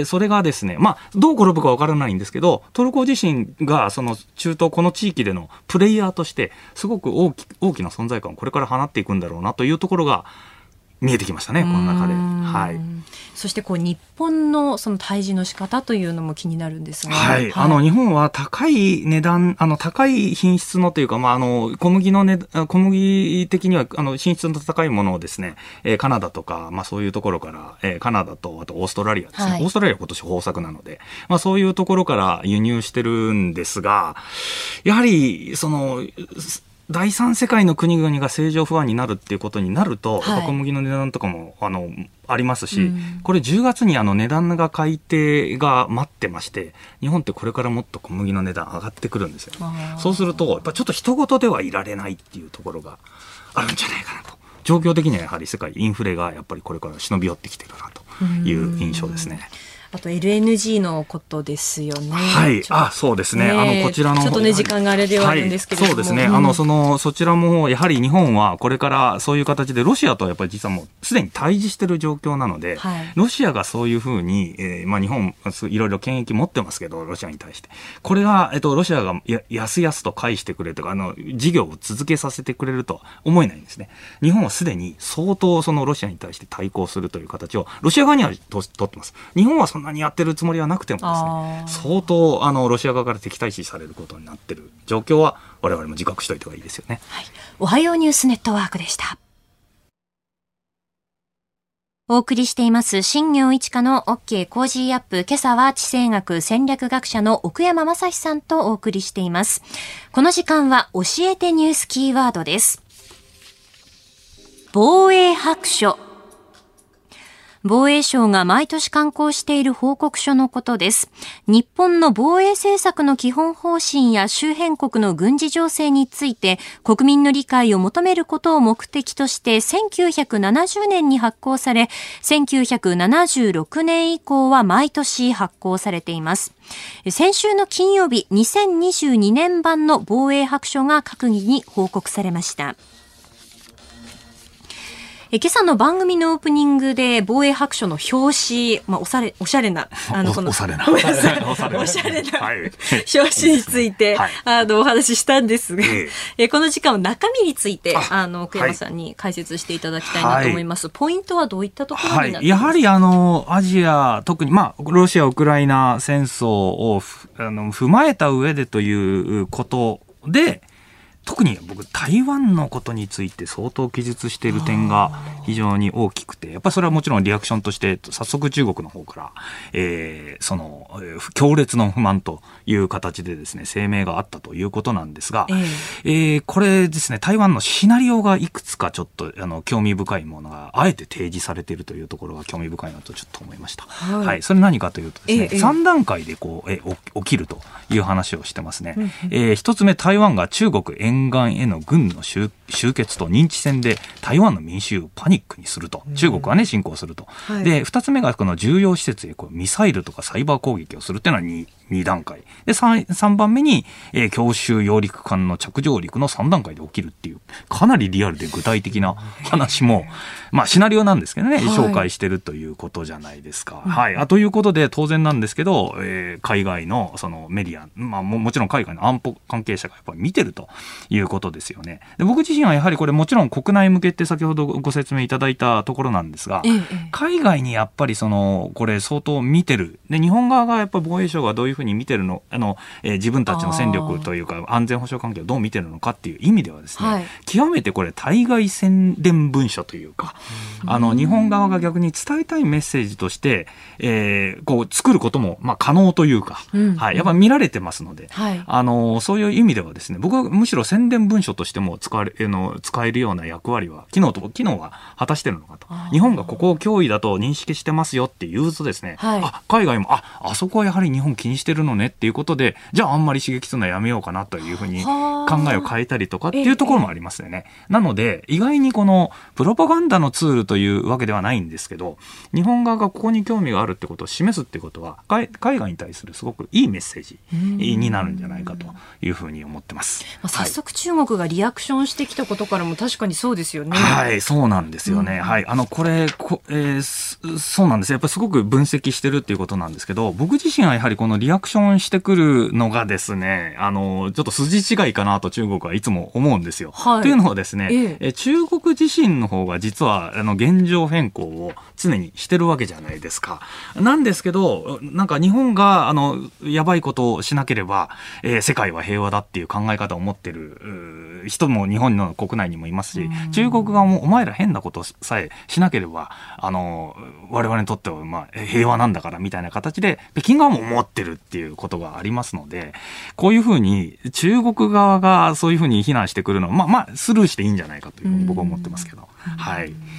それがですね、どう転ぶかわからないんですけど、トルコ自身がその中東この地域でのプレイヤーとしてすごく大きな存在感をこれから放っていくんだろうなというところが見えてきましたね、この中で。 そして日本のその対峙の仕方というのも気になるんですが、 日本は高い値段、高い品質のというか、小麦的には品質の高いものをですね、カナダとか、そういうところから、カナダとあとオーストラリアですね、オーストラリアは今年豊作なので、そういうところから輸入してるんですが、やはり第三世界の国々が政情不安になるっていうことになると、小麦の値段とかもありますし、これ10月に値段が改定が待ってまして、日本ってこれからもっと小麦の値段上がってくるんですよ。そうするとやっぱちょっと人事ではいられないっていうところがあるんじゃないかなと。状況的にはやはり世界インフレがやっぱりこれから忍び寄ってきてるなという印象ですね。 あと LNG のことですよね。 はい、そうですね。こちらのちょっとね時間があれではあるんですけれども、 そうですね。そちらもやはり日本はこれからそういう形でロシアとやっぱり実はもうすでに対峙している状況なので、ロシアがそういうふうに、日本いろいろ権益持ってますけどロシアに対してこれがロシアがやすやすと返してくれるとか事業を続けさせてくれるとは思えないんですね。日本はすでに相当そのロシアに対して対抗するという形をロシア側には取ってます。日本はそんなにやってるつもりはなくてもですね、相当ロシア側から敵対視されることになっている状況は我々も自覚しておいた方がいいですよね。 はい、おはようニュースネットワークでした。お送りしています新業一華の OK コージーアップ。今朝は地政学戦略学者の奥山正史さんとお送りしています。この時間は教えてニュースキーワードです。防衛白書。防衛省が毎年刊行している報告書のことです。日本の防衛政策の基本方針や周辺国の軍事情勢について国民の理解を求めることを目的として1970年に発行され、1976年以降は毎年発行されています。先週の金曜日、2022年版の防衛白書が閣議に報告されました。今朝の番組のオープニングで防衛白書の表紙、おしゃれな表紙について、お話ししたんですが、この時間は中身について奥山さんに解説していただきたいなと思います。ポイントはどういったところになっていますか？ やはりアジア、特にロシア・ウクライナ戦争を踏まえた上でということで、特に僕台湾のことについて相当記述している点が非常に大きくて、やっぱりそれはもちろんリアクションとして早速中国の方から、その強烈な不満という形でですね声明があったということなんですが、これですね、台湾のシナリオがいくつかちょっと興味深いものがあえて提示されているというところが興味深いなとちょっと思いました。それ何かというとですね、3段階で起きるという話をしてますね。一つ目、台湾が中国沿岸への軍の集結と認知戦で台湾の民衆をパニックにすると、中国はね侵攻すると、で2つ目がこの重要施設へミサイルとかサイバー攻撃をするっていうのは2段階で、3番目に、強襲揚陸艦の着上陸の3段階で起きるっていう、かなりリアルで具体的な話もシナリオなんですけどね、紹介してるということじゃないですか。ということで当然なんですけど、海外のそのメディア、もちろん海外の安保関係者がやっぱり見てるということですよね。で僕自身はやはりこれもちろん国内向けって先ほどご説明いただいたところなんですが、海外にやっぱりこれ相当見てる。で日本側がやっぱり防衛省がどういうふうに見てるの、自分たちの戦力というか安全保障関係をどう見てるのかっていう意味ではですね、極めてこれ対外宣伝文書というか、日本側が逆に伝えたいメッセージとして、作ることも可能というか、やっぱり見られてますので、そういう意味ではですね、僕はむしろ宣伝文書としても使えるような役割は機能は果たしてるのかと。日本がここを脅威だと認識してますよって言うとですね、海外もあそこはやはり日本気にしてるのねっていうことで、じゃああんまり刺激するのはやめようかなというふうに考えを変えたりとかっていうところもありますよね。なので意外にこのプロパガンダのツールというわけではないんですけど、日本側がここに興味があるってことを示すってことは海外に対するすごくいいメッセージになるんじゃないかというふうに思ってます。 早速中国がリアクションしてきたことからも確かにそうですよね。 そうなんですよね。そうなんです。やっぱりすごく分析してるっていうことなんですけど、僕自身はやはりこのリアクションしてくるのがですね、ちょっと筋違いかなと中国はいつも思うんですよ。というのはですね、中国自身の方が実は現状変更を常にしてるわけじゃないですか。なんですけど、なんか日本がやばいことをしなければ、世界は平和だっていう考え方を持ってる人も日本の国内にもいますし、中国側もお前ら変なことさえしなければ我々にとっては平和なんだからみたいな形で北京側も思ってるっていうことがありますので、こういうふうに中国側がそういうふうに非難してくるのはスルーしていいんじゃないかというふうに僕は思ってますけど。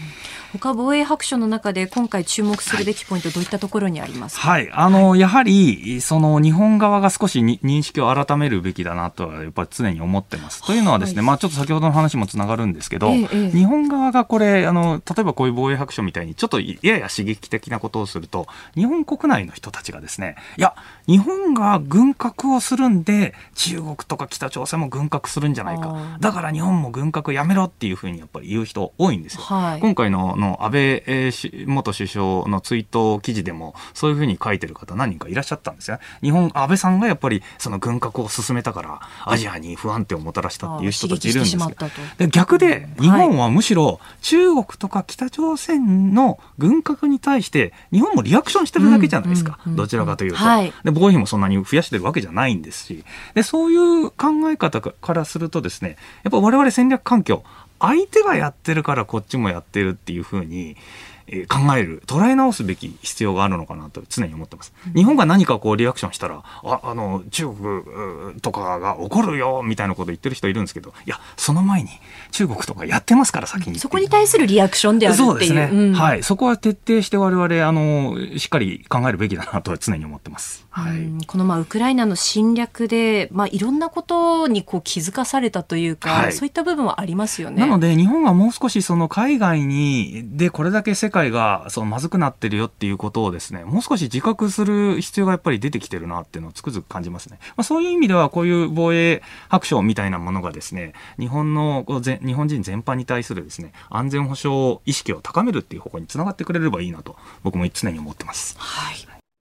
他防衛白書の中で今回注目するべきポイント、どういったところにありますか？ はい、やはりその日本側が少し認識を改めるべきだなとはやっぱり常に思ってます。というのはですね、ちょっと先ほどの話もつながるんですけど、日本側がこれ例えばこういう防衛白書みたいにちょっとやや刺激的なことをすると、日本国内の人たちがですね、いや日本が軍拡をするんで中国とか北朝鮮も軍拡するんじゃないか、だから日本も軍拡やめろっていうふうにやっぱり言う人多いんですよ。今回の安倍元首相の追悼記事でもそういうふうに書いてる方何人かいらっしゃったんですよ。安倍さんがやっぱりその軍拡を進めたからアジアに不安定をもたらしたっていう人たちいるんですけど、で逆で日本はむしろ中国とか北朝鮮の軍拡に対して日本もリアクションしてるだけじゃないですか、どちらかというと、で防衛費もそんなに増やしてるわけじゃないんですし、でそういう考え方からするとですね、やっぱ我々戦略環境、相手がやってるからこっちもやってるっていうふうに考える、捉え直すべき必要があるのかなと常に思ってます。日本が何かこうリアクションしたら中国とかが怒るよみたいなこと言ってる人いるんですけど、いやその前に中国とかやってますから先に、 そこに対するリアクションであるっていう。 そうですね、はい、そこは徹底して我々しっかり考えるべきだなとは常に思ってます。 このウクライナの侵略で、いろんなことにこう気づかされたというか、そういった部分はありますよね。 なので日本はもう少しその海外でこれだけ世界がまずくなってるよっていうことをですね、もう少し自覚する必要がやっぱり出てきてるなっていうのをつくづく感じますね。そういう意味ではこういう防衛白書みたいなものがですね、日本人全般に対するですね、安全保障意識を高めるっていう方向につながってくれればいいなと僕も常に思ってます。 はい。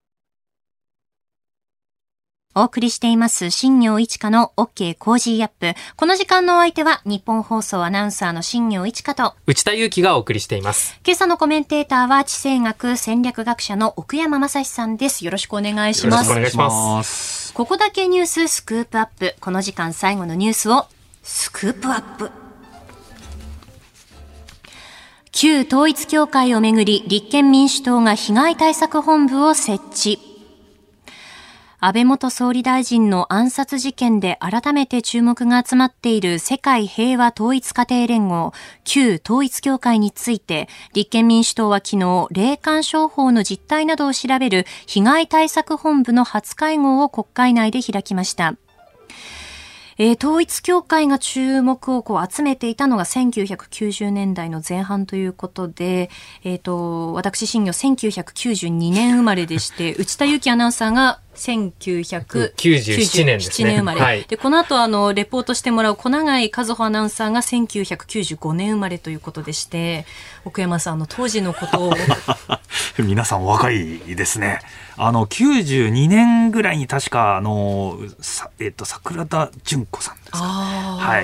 お送りしています新業一華の OK コージーアップ。この時間のお相手は日本放送アナウンサーの新業一華と内田裕樹がお送りしています。 今朝のコメンテーターは地政学戦略学者の奥山正史さんです。よろしくお願いします。 よろしくお願いします。 ここだけニューススクープアップ。この時間最後のニュースをスクープアップ。旧統一教会をめぐり立憲民主党が被害対策本部を設置。安倍元総理大臣の暗殺事件で改めて注目が集まっている世界平和統一家庭連合、旧統一教会について、立憲民主党は昨日、霊感商法の実態などを調べる被害対策本部の初会合を国会内で開きました。統一教会が注目を集めていたのが1990年代の前半ということで、私新業1992年生まれでして内田裕樹アナウンサーが1997年ですね。生まれ、はい、でこの後レポートしてもらう小永井和穂アナウンサーが1995年生まれということでして、奥山さん当時のことを皆さん若いですね。92年ぐらいに確か桜田淳子さんですか、はい、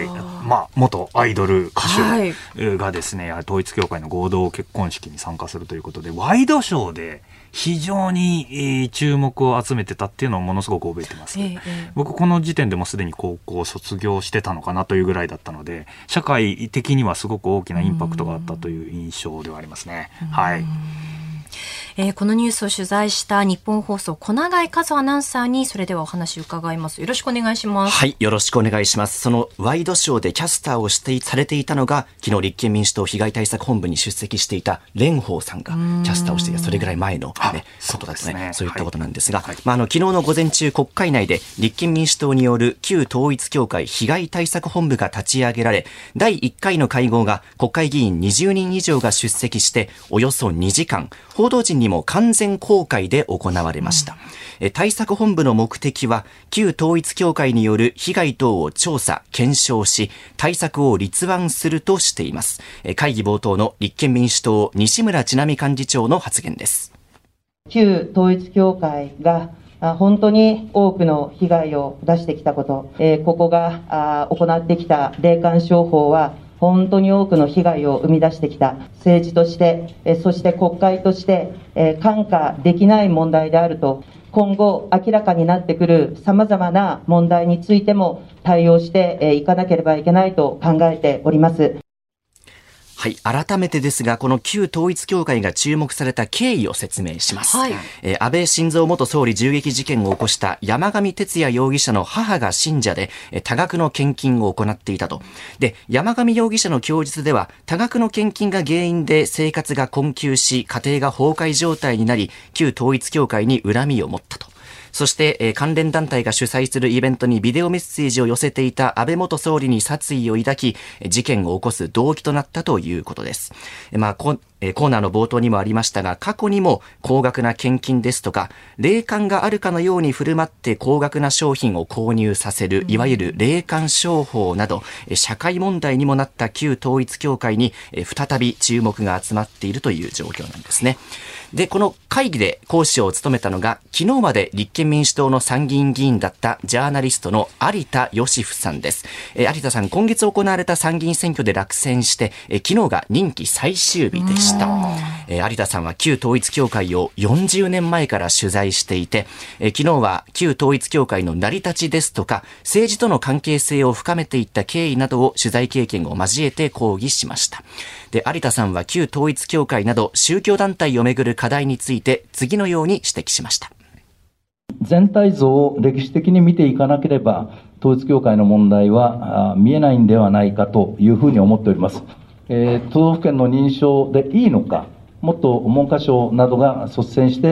元アイドル歌手がですね、統一教会の合同結婚式に参加するということでワイドショーで非常に注目を集めてたっていうのをものすごく覚えてます。僕この時点でもすでに高校卒業してたのかなというぐらいだったので、社会的にはすごく大きなインパクトがあったという印象ではありますね。はい。 このニュースを取材した日本放送小永井和穂アナウンサーにそれではお話を伺います。よろしくお願いします。 はい、よろしくお願いします。そのワイドショーでキャスターをされていたのが昨日立憲民主党被害対策本部に出席していた蓮舫さんがキャスターをしていた、それぐらい前の、ことだとね、そういったことなんですが、昨日の午前中国会内で立憲民主党による旧統一教会被害対策本部が立ち上げられ、第1回の会合が国会議員20人以上が出席しておよそ2時間、報道陣にも完全公開で行われました。対策本部の目的は旧統一教会による被害等を調査検証し対策を立案するとしています。会議冒頭の立憲民主党西村智奈美幹事長の発言です。 旧統一教会が本当に多くの被害を出してきたこと、ここが行ってきた霊感商法は本当に多くの被害を生み出してきた。政治として、そして国会として、看過できない問題であると、今後明らかになってくる様々な問題についても対応していかなければいけないと考えております。 はい、改めてですが、この旧統一教会が注目された経緯を説明します。はい、安倍晋三元総理銃撃事件を起こした山上徹也容疑者の母が信者で、多額の献金を行っていたと。で、山上容疑者の供述では、多額の献金が原因で生活が困窮し、家庭が崩壊状態になり、旧統一教会に恨みを持ったと。そして、関連団体が主催するイベントにビデオメッセージを寄せていた安倍元総理に殺意を抱き、事件を起こす動機となったということです。コーナーの冒頭にもありましたが、過去にも高額な献金ですとか、霊感があるかのように振る舞って高額な商品を購入させる、いわゆる霊感商法など、社会問題にもなった旧統一教会に再び注目が集まっているという状況なんですね。で、この会議で講師を務めたのが、昨日まで立憲民主党の参議院議員だったジャーナリストの有田芳生さんです。有田さん、今月行われた参議院選挙で落選して、昨日が任期最終日でした。有田さんは旧統一教会を40年前から取材していて、昨日は旧統一教会の成り立ちですとか、政治との関係性を深めていった経緯などを取材経験を交えて講義しました。で、有田さんは旧統一教会など宗教団体をめぐる課題について次のように指摘しました。 全体像を歴史的に見ていかなければ、統一教会の問題は見えないんではないかというふうに思っております。都道府県の認証でいいのか、もっと文科省などが率先して、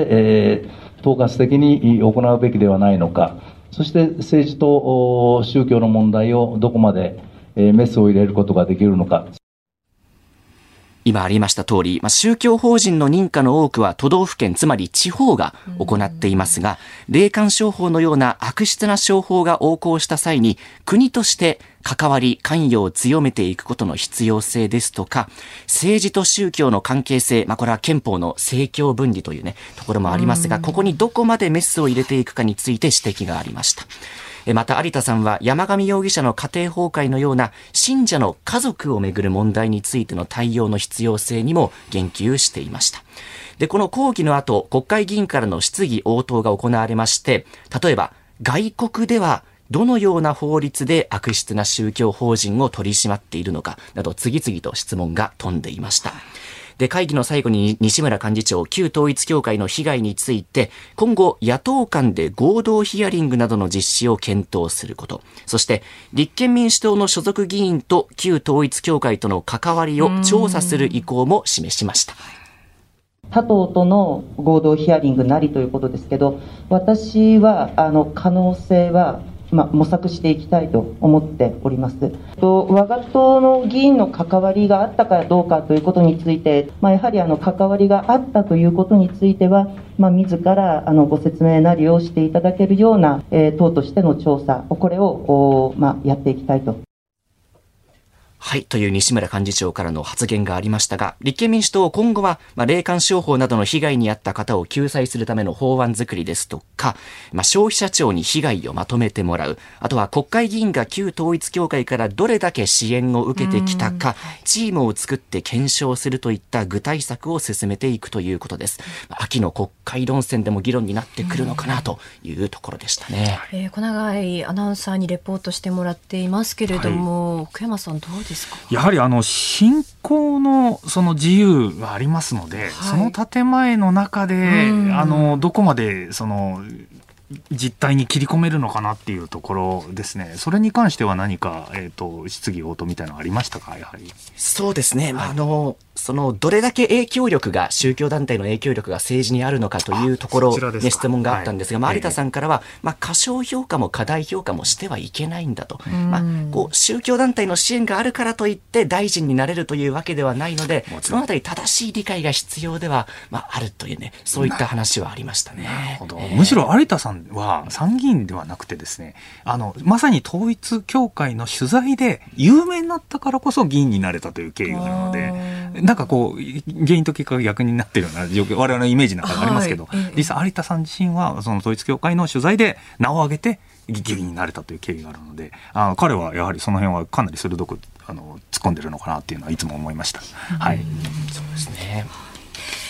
統括的に行うべきではないのか、そして政治と宗教の問題をどこまでメスを入れることができるのか。 今ありました通り、宗教法人の認可の多くは都道府県、つまり地方が行っていますが、霊感商法のような悪質な商法が横行した際に、国として関わり、関与を強めていくことの必要性ですとか、政治と宗教の関係性、これは憲法の政教分離というね、ところもありますが、ここにどこまでメスを入れていくかについて指摘がありました。また有田さんは山上容疑者の家庭崩壊のような信者の家族をめぐる問題についての対応の必要性にも言及していました。で、この講義の後、国会議員からの質疑応答が行われまして、例えば外国ではどのような法律で悪質な宗教法人を取り締まっているのかなど、次々と質問が飛んでいました。で、会議の最後に西村幹事長、旧統一教会の被害について、今後野党間で合同ヒアリングなどの実施を検討すること、そして立憲民主党の所属議員と旧統一教会との関わりを調査する意向も示しました。 他党との合同ヒアリングなりということですけど、私は可能性は模索していきたいと思っております。我が党の議員の関わりがあったかどうかということについて、やはり関わりがあったということについては、自らご説明なりをしていただけるような、党としての調査、これをやっていきたいと。 はい、という西村幹事長からの発言がありましたが、立憲民主党今後は、霊感商法などの被害に遭った方を救済するための法案作りですとか、消費者庁に被害をまとめてもらう、あとは国会議員が旧統一教会からどれだけ支援を受けてきたか、チームを作って検証するといった具体策を進めていくということです。秋の国会論戦でも議論になってくるのかなというところでしたね。 小永井アナウンサーにレポートしてもらっていますけれども、奥山さんどうですか？ やはり信仰のその自由がありますので、その建前の中でどこまでその実態に切り込めるのかなっていうところですね。それに関しては何か、質疑応答みたいなのありましたか？やはりそうですね、そのどれだけ影響力が宗教団体の影響力が政治にあるのかというところに質問があったんですが、有田さんからは、過小評価も過大評価もしてはいけないんだと、宗教団体の支援があるからといって大臣になれるというわけではないので、そのあたり正しい理解が必要では、あるというね、そういった話はありましたね。 なるほど。むしろ有田さんは参議院ではなくてですね、まさに統一教会の取材で有名になったからこそ議員になれたという経緯があるので、なんか原因と結果が逆になっているような状況、我々のイメージの中でありますけど、実際有田さん自身はその統一教会の取材で名を挙げて議員になれたという経緯があるので、彼はやはりその辺はかなり鋭く突っ込んでるのかなっていうのはいつも思いました。はい、 そうですね。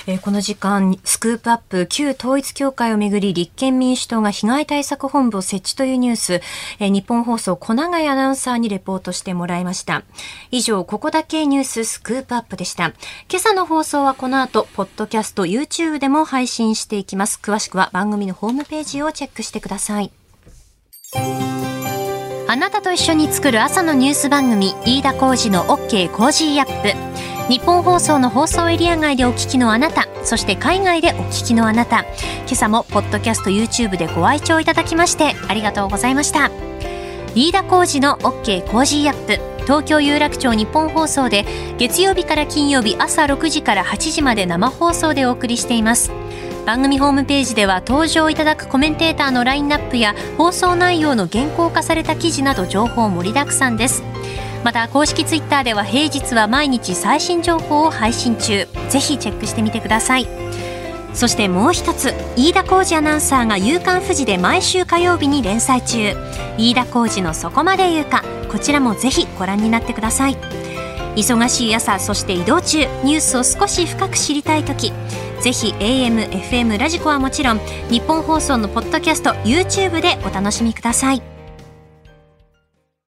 この時間スクープアップ、旧統一教会をめぐり立憲民主党が被害対策本部を設置というニュース、日本放送小永アナウンサーにレポートしてもらいました。以上、ここだけニューススクープアップでした。今朝の放送はこの後ポッドキャスト YouTube でも配信していきます。詳しくは番組のホームページをチェックしてください。あなたと一緒に作る朝のニュース番組、飯田浩司の OK コージーアップ。日本放送の放送エリア外でお聞きのあなた、そして海外でお聞きのあなた、今朝もポッドキャスト YouTube でご愛聴いただきましてありがとうございました。飯田浩司の OK コージーアップ、東京有楽町日本放送で月曜日から金曜日朝6時から8時まで生放送でお送りしています。番組ホームページでは登場いただくコメンテーターのラインナップや放送内容の原稿化された記事など情報盛りだくさんです。また公式ツイッターでは平日は毎日最新情報を配信中、ぜひチェックしてみてください。そしてもう一つ、飯田浩司アナウンサーが夕刊フジで毎週火曜日に連載中、飯田浩司のそこまで言うか、こちらもぜひご覧になってください。忙しい朝、そして移動中、ニュースを少し深く知りたいとき、ぜひ AM、FM、ラジコはもちろん日本放送のポッドキャスト YouTube でお楽しみください。